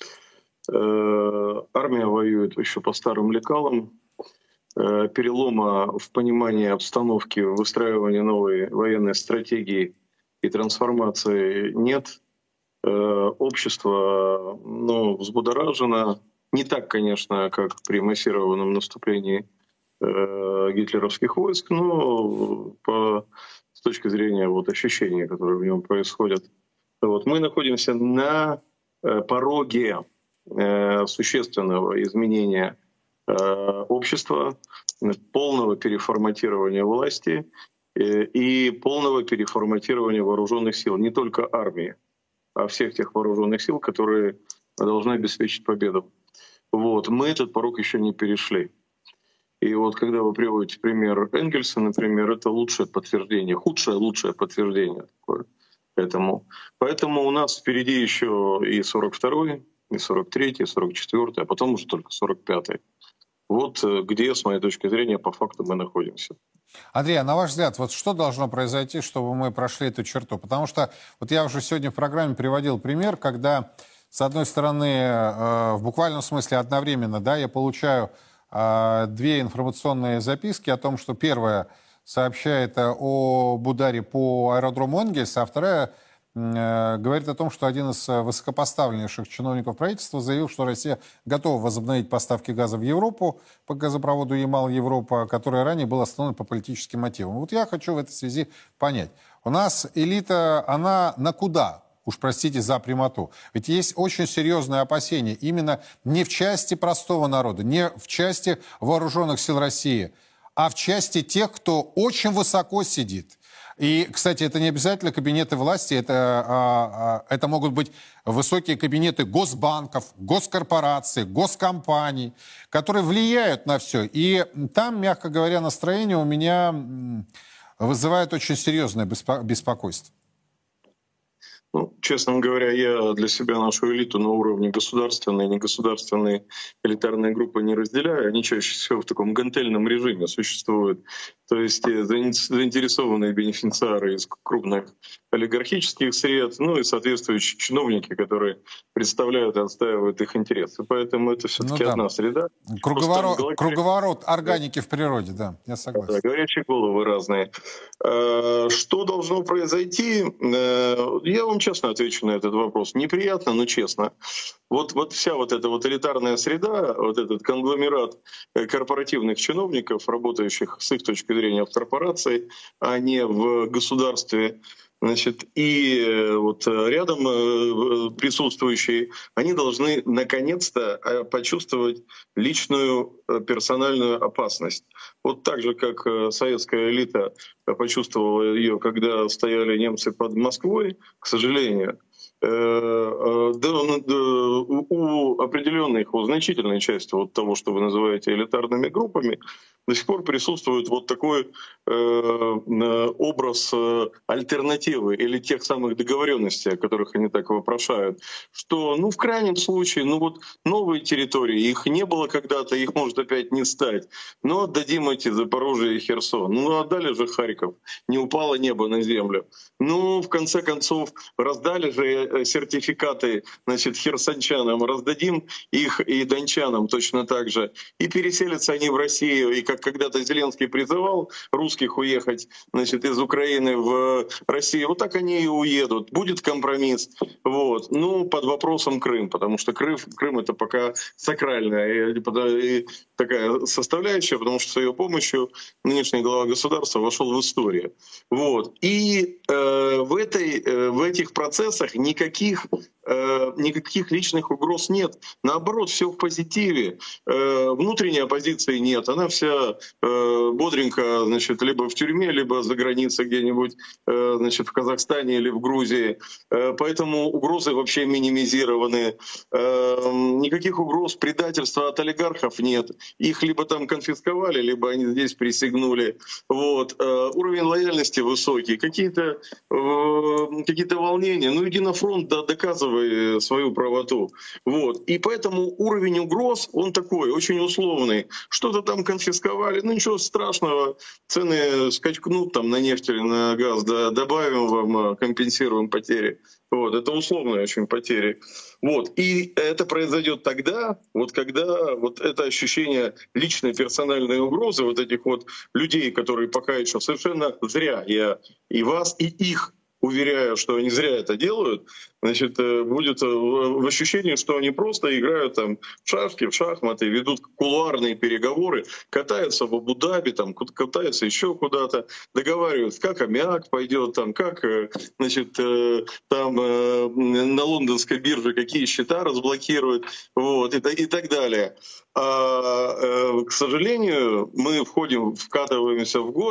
Армия воюет еще по старым лекалам. Перелома в понимании обстановки, в выстраивании новой военной стратегии и трансформации нет. Общество, ну, взбудоражено. Не так, конечно, как при массированном наступлении гитлеровских войск, но по, с точки зрения вот, ощущений, которые в нем происходят. Вот, мы находимся на пороге существенного изменения общества, полного переформатирования власти и полного переформатирования вооруженных сил, не только армии, а всех тех вооруженных сил, которые должны обеспечить победу. Вот. Мы этот порог еще не перешли. И вот когда вы приводите пример Энгельса, например, это лучшее подтверждение, худшее лучшее подтверждение такое этому. Поэтому у нас впереди еще и сорок второй, и сорок третий, и сорок четвёртый, а потом уже только сорок пятый. Вот где, с моей точки зрения, по факту мы находимся. Андрей, а на ваш взгляд, вот что должно произойти, чтобы мы прошли эту черту? Потому что вот я уже сегодня в программе приводил пример, когда, с одной стороны, э, в буквальном смысле одновременно, да, я получаю э, две информационные записки о том, что первая сообщает об ударе по аэродрому Энгельс, а вторая э, говорит о том, что один из высокопоставленнейших чиновников правительства заявил, что Россия готова возобновить поставки газа в Европу по газопроводу Ямал-Европа, который ранее был остановлен по политическим мотивам. Вот я хочу в этой связи понять. У нас элита, она на куда? Уж простите за прямоту. Ведь есть очень серьезные опасения именно не в части простого народа, не в части вооруженных сил России, а в части тех, кто очень высоко сидит. И, кстати, это не обязательно кабинеты власти, это, а, а, это могут быть высокие кабинеты госбанков, госкорпораций, госкомпаний, которые влияют на все. И там, мягко говоря, настроение у меня вызывает очень серьезное беспо- беспокойство. Ну, честно говоря, я для себя нашу элиту на уровне государственной и негосударственной элитарной группы не разделяю. Они чаще всего в таком гантельном режиме существуют. То есть заинтересованные бенефициары из крупных олигархических сред, ну и соответствующие чиновники, которые представляют и отстаивают их интересы. Поэтому это все-таки ну, да. одна среда. Круговорот, голове... круговорот органики да. в природе, да, я согласен. Да, горячие головы разные. Что должно произойти? Я вам честно отвечу на этот вопрос. Неприятно, но честно. Вот, вот вся вот эта вот элитарная среда, вот этот конгломерат корпоративных чиновников, работающих с их точки зрения в корпорации, а не в государстве, значит, и вот рядом присутствующие, они должны наконец-то почувствовать личную персональную опасность. Вот так же, как советская элита почувствовала ее, когда стояли немцы под Москвой, к сожалению, у определенных, у значительной части вот того, что вы называете элитарными группами, до сих пор присутствует вот такой э, образ альтернативы или тех самых договоренностей, о которых они так вопрошают, что, ну, в крайнем случае, ну вот новые территории, их не было когда-то, их может опять не стать, но отдадим эти Запорожье и Херсон. Ну, отдали же Харьков, не упало небо на землю. Ну, в конце концов, раздали же сертификаты, значит, херсончанам, раздадим их и дончанам точно так же. И переселятся они в Россию, и как когда-то Зеленский призывал русских уехать, значит, из Украины в Россию, вот так они и уедут. Будет компромисс. Вот. Ну, под вопросом Крым, потому что Крым, Крым это пока сакральная и, и такая составляющая, потому что с ее помощью нынешний глава государства вошел в историю. Вот. И э, в, этой, э, в этих процессах никаких, э, никаких личных угроз нет. Наоборот, все в позитиве. Э, внутренней оппозиции нет. Она вся э, бодренько, значит, либо в тюрьме, либо за границей где-нибудь, э, значит, в Казахстане или в Грузии. Э, поэтому угрозы вообще минимизированы. Э, никаких угроз предательства от олигархов нет. Их либо там конфисковали, либо они здесь присягнули. Вот. Э, уровень лояльности высокий. Какие-то э, какие-то волнения. Ну иди на фронт, да, доказывай свою правоту. Вот. И поэтому уровень угроз, он такой, очень условный. Что-то там конфисковали, ну ничего страшного, цены скачкнут там на нефть или на газ, да, добавим вам, компенсируем потери. Вот, это условные очень потери. Вот. И это произойдет тогда, вот когда вот это ощущение личной персональной угрозы вот этих вот людей, которые пока еще совершенно зря, я и вас, и их уверяю, что они зря это делают, значит, будет в ощущении, что они просто играют там в шашки, в шахматы, ведут кулуарные переговоры, катаются в Абу-Даби, там, катаются еще куда-то, договариваются, как аммиак пойдет, там, как, значит, там на лондонской бирже какие счета разблокируют, вот, и, и так далее. А, к сожалению, мы входим, вкатываемся в год,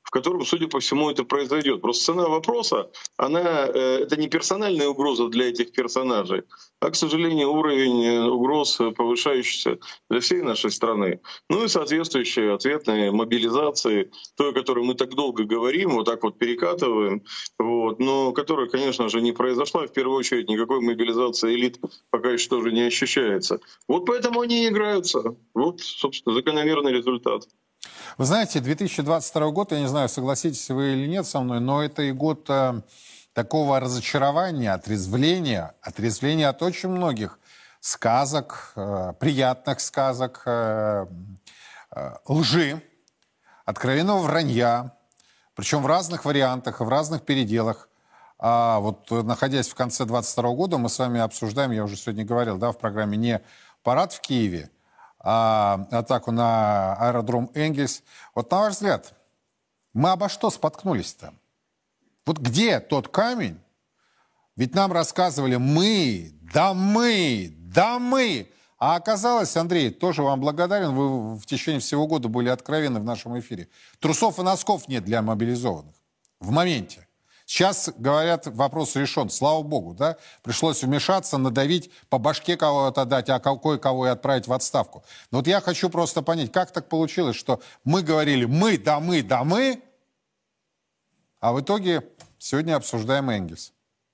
в котором, судя по всему, это произойдет. Просто цена вопроса, она, это не персональная угроза для этих персонажей, а, к сожалению, уровень угроз повышающийся для всей нашей страны. Ну и соответствующие ответные мобилизации, той, о которой мы так долго говорим, вот так вот перекатываем, вот, но которая, конечно же, не произошла. В первую очередь никакой мобилизации элит пока еще тоже не ощущается. Вот поэтому они и играются. Вот, собственно, закономерный результат. Вы знаете, две тысячи двадцать второй год, я не знаю, согласитесь вы или нет со мной, но это и год э, такого разочарования, отрезвления, отрезвления от очень многих сказок, э, приятных сказок, э, э, лжи, откровенного вранья, причем в разных вариантах, в разных переделах. А вот находясь в конце двадцать второго года, мы с вами обсуждаем, я уже сегодня говорил, да, в программе, не парад в Киеве, а атаку на аэродром Энгельс. Вот на ваш взгляд, мы обо что споткнулись-то? Вот где тот камень? Ведь нам рассказывали мы, да мы, да мы. А оказалось, Андрей, тоже вам благодарен, вы в течение всего года были откровенны в нашем эфире. Трусов и носков нет для мобилизованных в моменте. Сейчас, говорят, вопрос решен, слава богу, да? Пришлось вмешаться, надавить, по башке кого-то дать, а какой кого и отправить в отставку. Но вот я хочу просто понять, как так получилось, что мы говорили «мы, да мы, да мы», а в итоге сегодня обсуждаем Энгельс.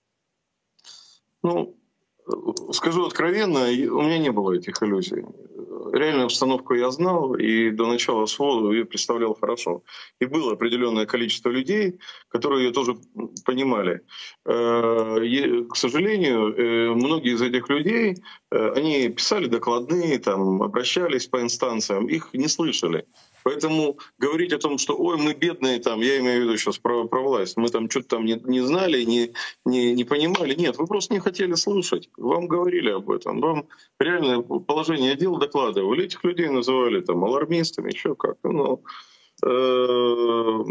Ну, скажу откровенно, у меня не было этих иллюзий. Реальную обстановку я знал, и до начала свода ее представлял хорошо. И было определенное количество людей, которые ее тоже понимали. К сожалению, многие из этих людей, они писали докладные, там, обращались по инстанциям, их не слышали. Поэтому говорить о том, что ой, мы бедные, там, я имею в виду сейчас про, про власть, мы там что-то там не, не знали, не, не, не понимали. Нет, вы просто не хотели слушать. Вам говорили об этом. Вам реальное положение дел докладывали. Этих людей называли там алармистами, еще как. Ну, э,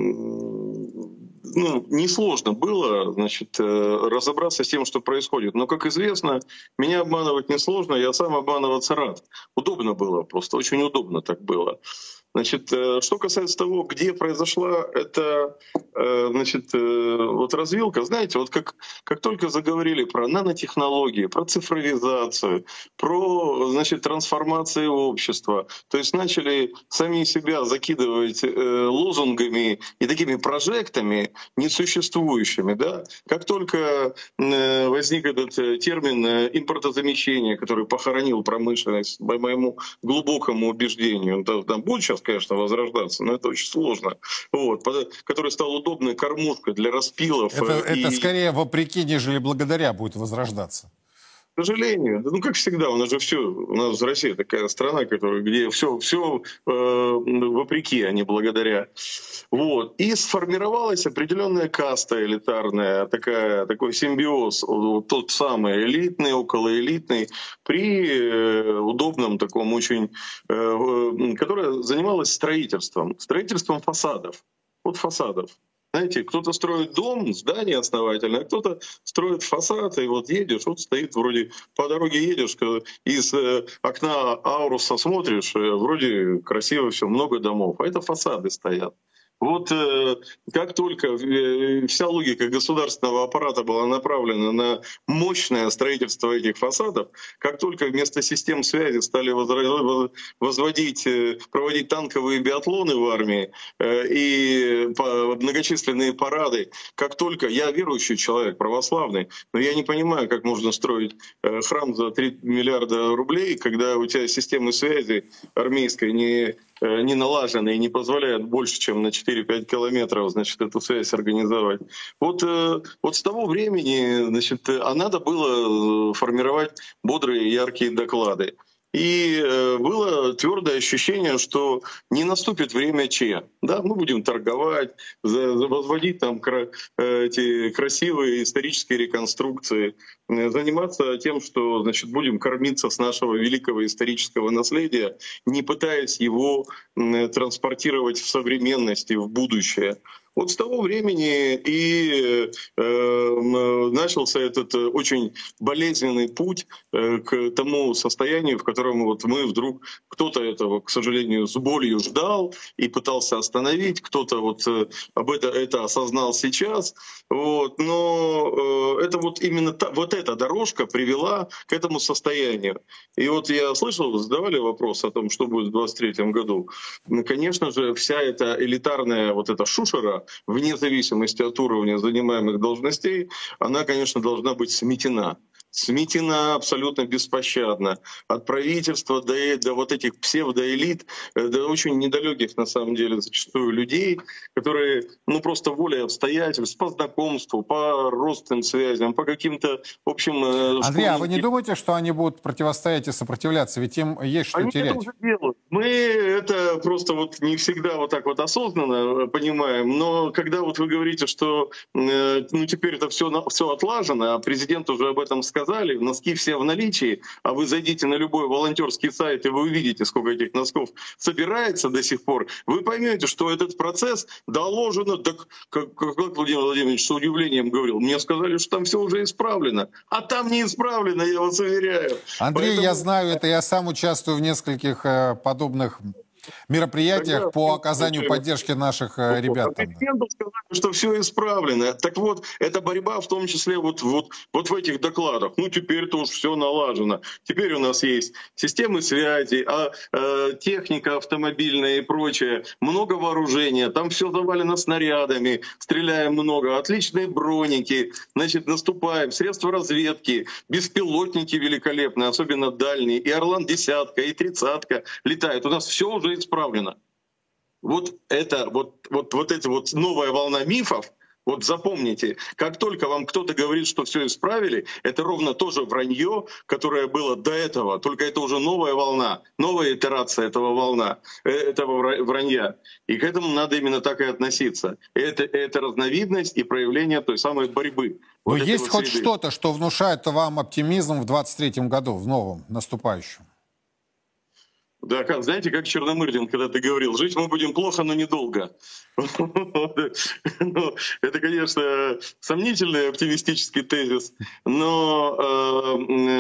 ну, несложно было, значит, разобраться с тем, что происходит. Но, как известно, меня обманывать несложно, я сам обманываться рад. Удобно было просто, очень удобно так было. Значит, что касается того, где произошла эта, значит, вот развилка, знаете, вот как, как только заговорили про нанотехнологии, про цифровизацию, про, значит, трансформацию общества, то есть начали сами себя закидывать лозунгами и такими прожектами несуществующими, да, как только возник этот термин импортозамещения, который похоронил промышленность, по моему глубокому убеждению, там будет сейчас, конечно, возрождаться, но это очень сложно. Вот, который стал удобной кормушкой для распилов. Это, и... это скорее вопреки, нежели благодаря будет возрождаться. К сожалению, ну как всегда, у нас же все, у нас Россия такая страна, которая, где все, все э, вопреки, а не благодаря. Вот. И сформировалась определенная каста элитарная, такая, такой симбиоз, тот самый элитный, околоэлитный, при э, удобном таком очень, э, которая занималась строительством, строительством фасадов. Вот фасадов. Знаете, кто-то строит дом, здание основательное, а кто-то строит фасад, и вот едешь, вот стоит вроде, по дороге едешь, из окна Ауруса смотришь, вроде красиво все, много домов, а это фасады стоят. Вот э, как только э, вся логика государственного аппарата была направлена на мощное строительство этих фасадов, как только вместо систем связи стали возра- возводить, э, проводить танковые биатлоны в армии э, и по, многочисленные парады, как только я верующий человек, православный, но я не понимаю, как можно строить э, храм за три миллиарда рублей, когда у тебя системы связи армейской не не налажены и не позволяют больше, чем на четыре-пять километров, значит, эту связь организовать. Вот, вот с того времени, значит, а надо было формировать бодрые и яркие доклады. И было твердое ощущение, что не наступит время Че. Да, мы будем торговать, возводить там эти красивые исторические реконструкции, заниматься тем, что, значит, будем кормиться с нашего великого исторического наследия, не пытаясь его транспортировать в современность и в будущее. Вот с того времени и э, начался этот очень болезненный путь э, к тому состоянию, в котором вот мы вдруг, кто-то этого, к сожалению, с болью ждал и пытался остановить, кто-то вот э, об это, это осознал сейчас. Вот, но э, это вот именно та, вот эта дорожка привела к этому состоянию. И вот я слышал, задавали вопрос о том, что будет в двадцать третьем году. Ну, конечно же, вся эта элитарная вот эта шушера, вне зависимости от уровня занимаемых должностей, она, конечно, должна быть сметена. Сметена абсолютно беспощадно. От правительства до, до вот этих псевдоэлит, до очень недалеких, на самом деле, зачастую людей, которые, ну, просто волей обстоятельств, по знакомству, по родственным связям, по каким-то общим... Андрей, а вы не думаете, что они будут противостоять и сопротивляться? Ведь им есть что они терять. Это уже делают. Мы это просто вот не всегда вот так вот осознанно понимаем, но когда вот вы говорите, что э, ну, теперь это все, все отлажено, а президент уже об этом сказал, сказали, носки все в наличии, а вы зайдите на любой волонтерский сайт, и вы увидите, сколько этих носков собирается до сих пор, вы поймете, что этот процесс доложен, так, как, как Владимир Владимирович с удивлением говорил, мне сказали, что там все уже исправлено, а там не исправлено, я вас уверяю. Андрей, Поэтому... я знаю это, я сам участвую в нескольких э, подобных мероприятиях Тогда, по оказанию поддержки наших вот, ребят. Президенту сказали, что все исправлено. Так вот, эта борьба в том числе вот, вот, вот в этих докладах. Ну, теперь-то уж все налажено. Теперь у нас есть системы связи, а, э, техника автомобильная и прочее, много вооружения, там все завалено снарядами, стреляем много, отличные броники, значит, наступаем, средства разведки, беспилотники великолепные, особенно дальние, и Орлан-десятка, и тридцатка летают. У нас все уже исправлено. Вот это, вот, вот, вот эта вот новая волна мифов, вот запомните, как только вам кто-то говорит, что все исправили, это ровно то же вранье, которое было до этого, только это уже новая волна, новая итерация этого волна, этого вранья. И к этому надо именно так и относиться. Это, это разновидность и проявление той самой борьбы. Но вот есть вот хоть среды. что-то, что внушает вам оптимизм в двадцать третьем году, в новом, наступающем? Да, как, знаете, как Черномырдин когда-то говорил, жить мы будем плохо, но недолго. Это, конечно, сомнительный оптимистический тезис, но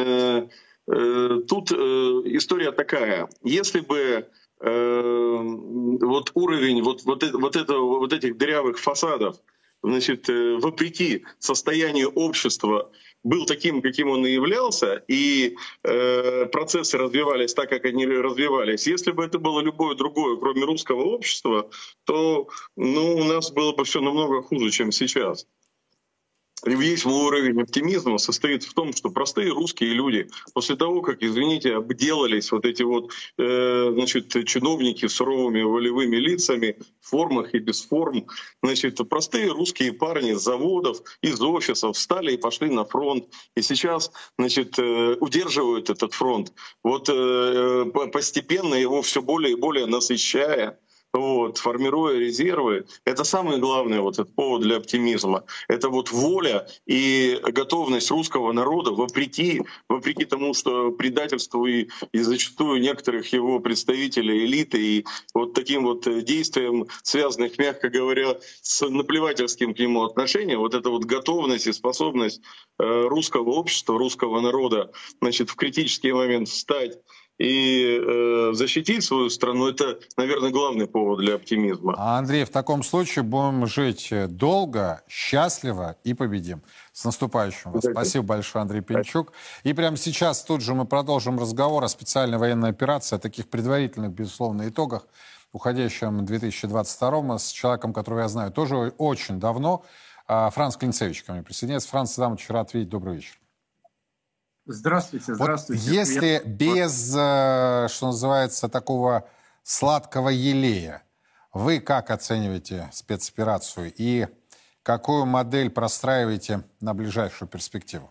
тут история такая. Если бы вот уровень вот, вот, вот, этого, вот этих дырявых фасадов, значит, вопреки состоянию общества, был таким, каким он и являлся, и э, процессы развивались так, как они развивались. Если бы это было любое другое, кроме русского общества, то ну, у нас было бы все намного хуже, чем сейчас. И весь мой уровень оптимизма состоит в том, что простые русские люди, после того, как, извините, обделались вот эти вот э, значит, чиновники с суровыми волевыми лицами, в формах и без форм, значит, простые русские парни с заводов, из офисов встали и пошли на фронт. И сейчас, значит, э, удерживают этот фронт, вот э, постепенно его все более и более насыщая. Вот, формируя резервы, это самое главное, вот этот повод для оптимизма. Это вот воля и готовность русского народа, вопреки, вопреки тому, что предательству и, и зачастую некоторых его представителей элиты и вот таким вот действиям, связанных, мягко говоря, с наплевательским к нему отношением, вот эта вот готовность и способность э, русского общества, русского народа, значит, в критический момент встать и э, защитить свою страну, это, наверное, главный повод для оптимизма. А, Андрей, в таком случае будем жить долго, счастливо и победим. С наступающим вас. Спасибо большое, Андрей Пинчук. И прямо сейчас тут же мы продолжим разговор о специальной военной операции, о таких предварительных, безусловно, итогах уходящем две тысячи двадцать втором с человеком, которого я знаю тоже очень давно. Франц Клинцевич ко мне присоединяется. Франц Адамович, рад видеть. Добрый вечер. Здравствуйте, здравствуйте. Вот если без, что называется, такого сладкого елея, вы как оцениваете спецоперацию и какую модель простраиваете на ближайшую перспективу?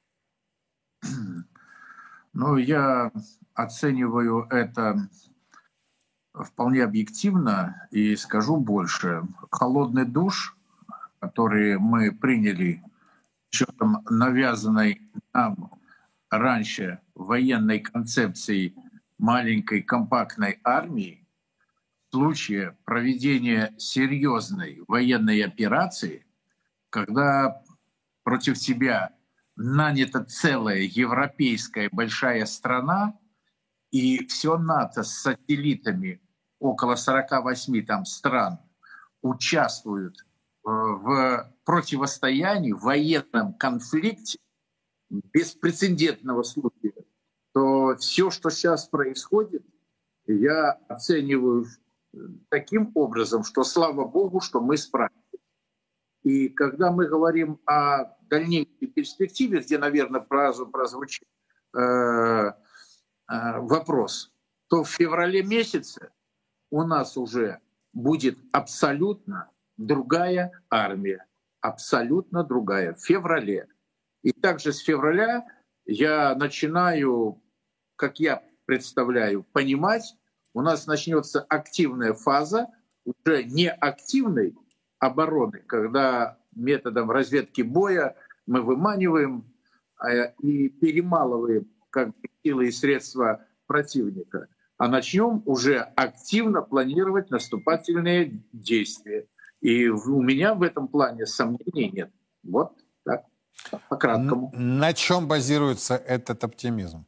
Ну, я оцениваю это вполне объективно и скажу больше. Холодный душ, который мы приняли с учетом навязанной нам раньше военной концепции маленькой компактной армии, в случае проведения серьезной военной операции, когда против тебя нанята целая европейская большая страна, и все НАТО с сателлитами, около сорока восьми там стран, участвуют в противостоянии, в военном конфликте беспрецедентного случая, то все, что сейчас происходит, я оцениваю таким образом, что слава Богу, что мы справились. И когда мы говорим о дальнейшей перспективе, где, наверное, прозвучит э, э, вопрос, то в феврале месяце у нас уже будет абсолютно другая армия. Абсолютно другая. В феврале. И также с февраля я начинаю, как я представляю, понимать, у нас начнется активная фаза уже не активной обороны, когда методом разведки боя мы выманиваем и перемалываем как бы силы и средства противника, а начнем уже активно планировать наступательные действия. И у меня в этом плане сомнений нет. Вот так, по-краткому. На чем базируется этот оптимизм?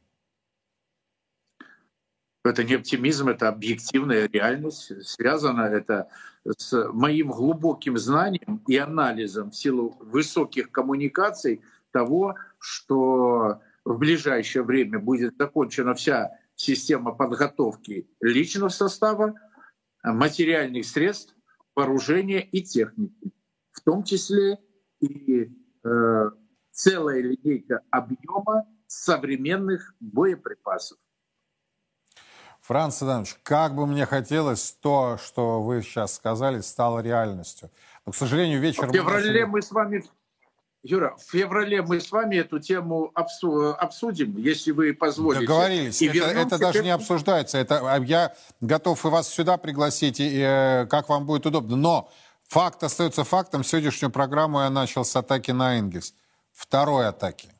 Это не оптимизм, это объективная реальность. Связано это с моим глубоким знанием и анализом в силу высоких коммуникаций того, что в ближайшее время будет закончена вся система подготовки личного состава, материальных средств, вооружения и техники, в том числе и э, целая линейка объема современных боеприпасов. Франц Адамович, как бы мне хотелось то, что вы сейчас сказали, стало реальностью. Но, к сожалению, вечером... В феврале мы с вами, Юра, в феврале мы с вами эту тему обсудим, если вы позволите. Договорились. Это, это даже не обсуждается. Это, я готов и вас сюда пригласить, и, и как вам будет удобно. Но факт остается фактом. Сегодняшнюю программу я начал с атаки на Энгельс. Второй атаки.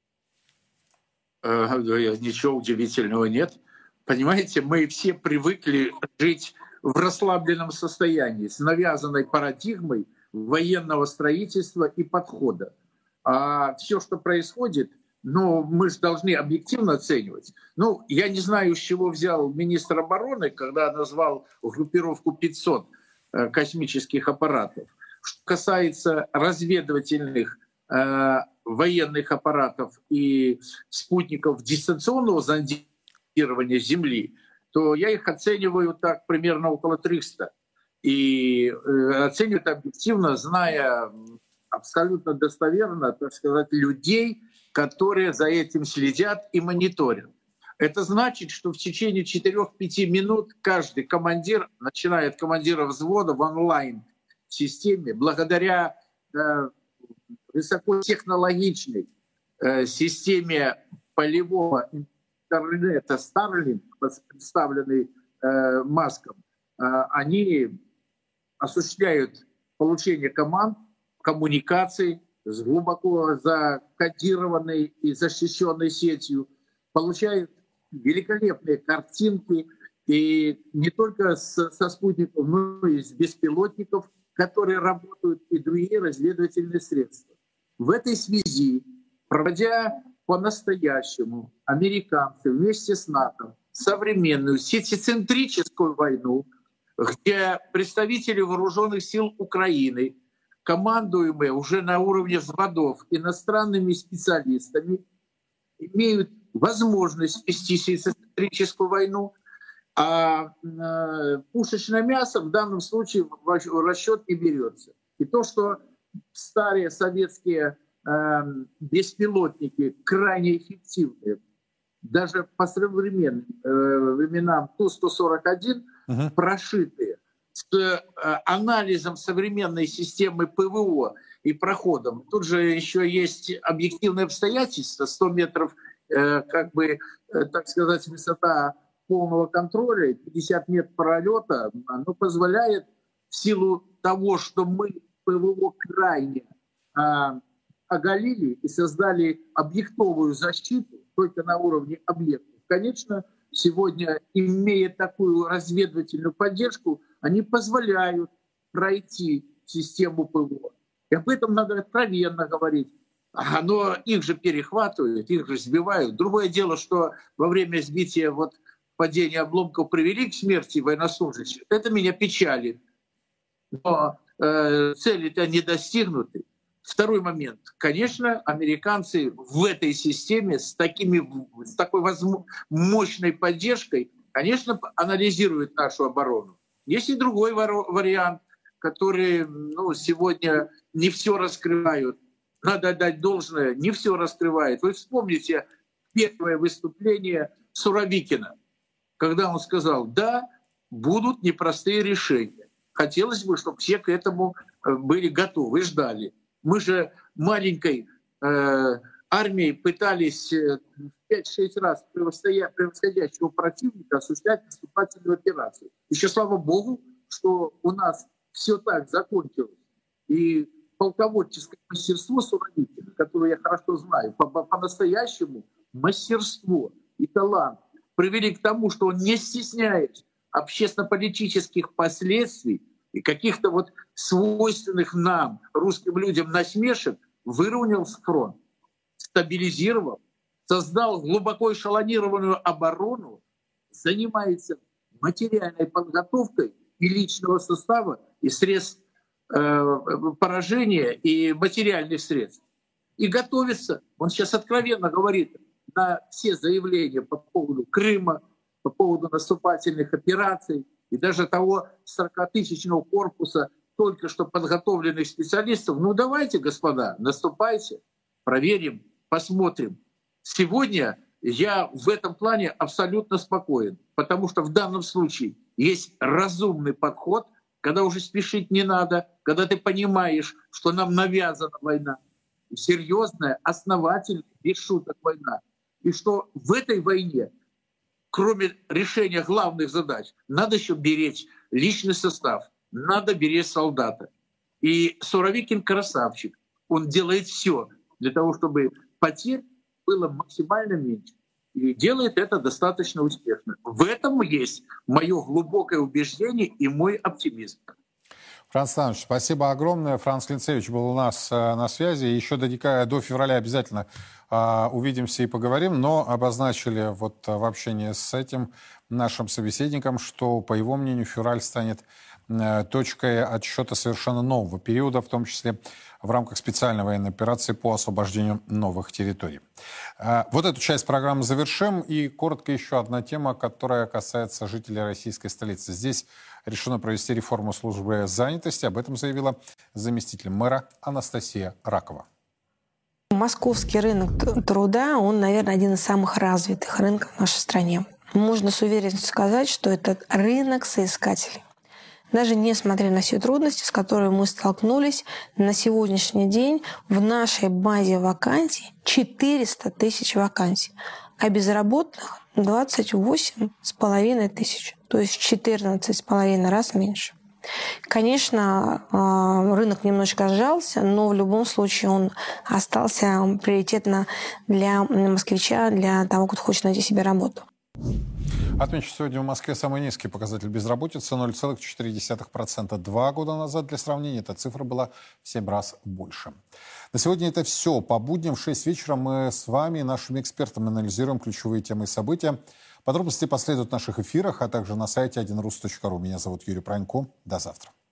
Э, ничего удивительного нет. Понимаете, мы все привыкли жить в расслабленном состоянии, с навязанной парадигмой военного строительства и подхода. А все, что происходит, ну, мы же должны объективно оценивать. Ну, я не знаю, с чего взял министр обороны, когда назвал группировку пятьсот э, космических аппаратов. Что касается разведывательных э, военных аппаратов и спутников дистанционного зондирования Земли, то я их оцениваю так примерно около трёхсот. И э, оцениваю это объективно, зная абсолютно достоверно, так сказать, людей, которые за этим следят и мониторят. Это значит, что в течение четырёх-пяти минут каждый командир, начиная от командира взвода в онлайн-системе, благодаря э, высокотехнологичной э, системе полевого интернета Starlink, представленный э, Маском, э, они осуществляют получение команд, коммуникаций с глубоко закодированной и защищенной сетью, получают великолепные картинки, и не только с, со спутников, но и с беспилотников, которые работают, и другие разведывательные средства. В этой связи, проводя по-настоящему американцы вместе с НАТО современную сетицентрическую войну, где представители вооруженных сил Украины, командуемые уже на уровне взводов иностранными специалистами, имеют возможность вести сетицентрическую войну, а э, пушечное мясо в данном случае в расчет не берется. И то, что старые советские беспилотники крайне эффективные, даже по современным э, временам Ту сто сорок один, uh-huh. прошитые с э, анализом современной системы ПВО и проходом. Тут же еще есть объективные обстоятельства, сто метров, э, как бы, э, так сказать, высота полного контроля, пятьдесят метров пролета, оно позволяет в силу того, что мы ПВО крайне э, оголили и создали объектовую защиту только на уровне объектов. Конечно, сегодня, имея такую разведывательную поддержку, они позволяют пройти систему ПВО. И об этом надо откровенно говорить. Но их же перехватывают, их же сбивают. Другое дело, что во время сбития, вот, падения обломков привели к смерти военнослужащих. Это меня печалит. Но э, цели-то не достигнуты. Второй момент. Конечно, американцы в этой системе с, такими, с такой возможно, мощной поддержкой, конечно, анализируют нашу оборону. Есть и другой вариант, который, ну, сегодня не все раскрывают. Надо отдать должное, не все раскрывает. Вы вспомните первое выступление Суровикина, когда он сказал: да, будут непростые решения. Хотелось бы, чтобы все к этому были готовы, ждали. Мы же маленькой э, армией пытались пять-шесть раз превосходящего противника осуществлять наступательную операцию. Еще слава богу, что у нас все так закончилось. И полководческое мастерство Суровикина, которое я хорошо знаю, по-настоящему мастерство и талант привели к тому, что он, не стесняясь общественно-политических последствий и каких-то вот свойственных нам, русским людям, насмешек, выровнял фронт, стабилизировал, создал глубоко эшелонированную оборону, занимается материальной подготовкой и личного состава, и средств э, поражения, и материальных средств. И готовится, он сейчас откровенно говорит на все заявления по поводу Крыма, по поводу наступательных операций и даже того сорокатысячного корпуса только что подготовленных специалистов. Ну давайте, господа, наступайте, проверим, посмотрим. Сегодня я в этом плане абсолютно спокоен, потому что в данном случае есть разумный подход, когда уже спешить не надо, когда ты понимаешь, что нам навязана война, серьезная, основательная, без шуток война, и что в этой войне, кроме решения главных задач, надо еще беречь личный состав, надо беречь солдата. И Суровикин красавчик. Он делает все для того, чтобы потерь было максимально меньше. И делает это достаточно успешно. В этом есть мое глубокое убеждение и мой оптимизм. Франц Иванович, спасибо огромное. Франц Клинцевич был у нас э, на связи. Еще до, декабря, до февраля обязательно э, увидимся и поговорим, но обозначили вот в общении с этим нашим собеседником, что, по его мнению, февраль станет э, точкой отсчета совершенно нового периода, в том числе в рамках специальной военной операции по освобождению новых территорий. Э, вот эту часть программы завершим. И коротко еще одна тема, которая касается жителей российской столицы. Здесь решено провести реформу службы занятости. Об этом заявила заместитель мэра Анастасия Ракова. Московский рынок труда, он, наверное, один из самых развитых рынков в нашей стране. Можно с уверенностью сказать, что это рынок соискателей. Даже несмотря на все трудности, с которыми мы столкнулись, на сегодняшний день в нашей базе вакансий четыреста тысяч вакансий, а безработных двадцать восемь с половиной тысяч, то есть в четырнадцать с половиной раз меньше. Конечно, рынок немножечко сжался, но в любом случае он остался приоритетно для москвича, для того, кто хочет найти себе работу. Отмечу, сегодня в Москве самый низкий показатель безработицы – ноль целых четыре десятых процента. Два года назад, для сравнения, эта цифра была в семь раз больше. На сегодня это все. По будням в шесть вечера мы с вами и нашими экспертами анализируем ключевые темы и события. Подробности последуют в наших эфирах, а также на сайте один рус точка ру. Меня зовут Юрий Пронько. До завтра.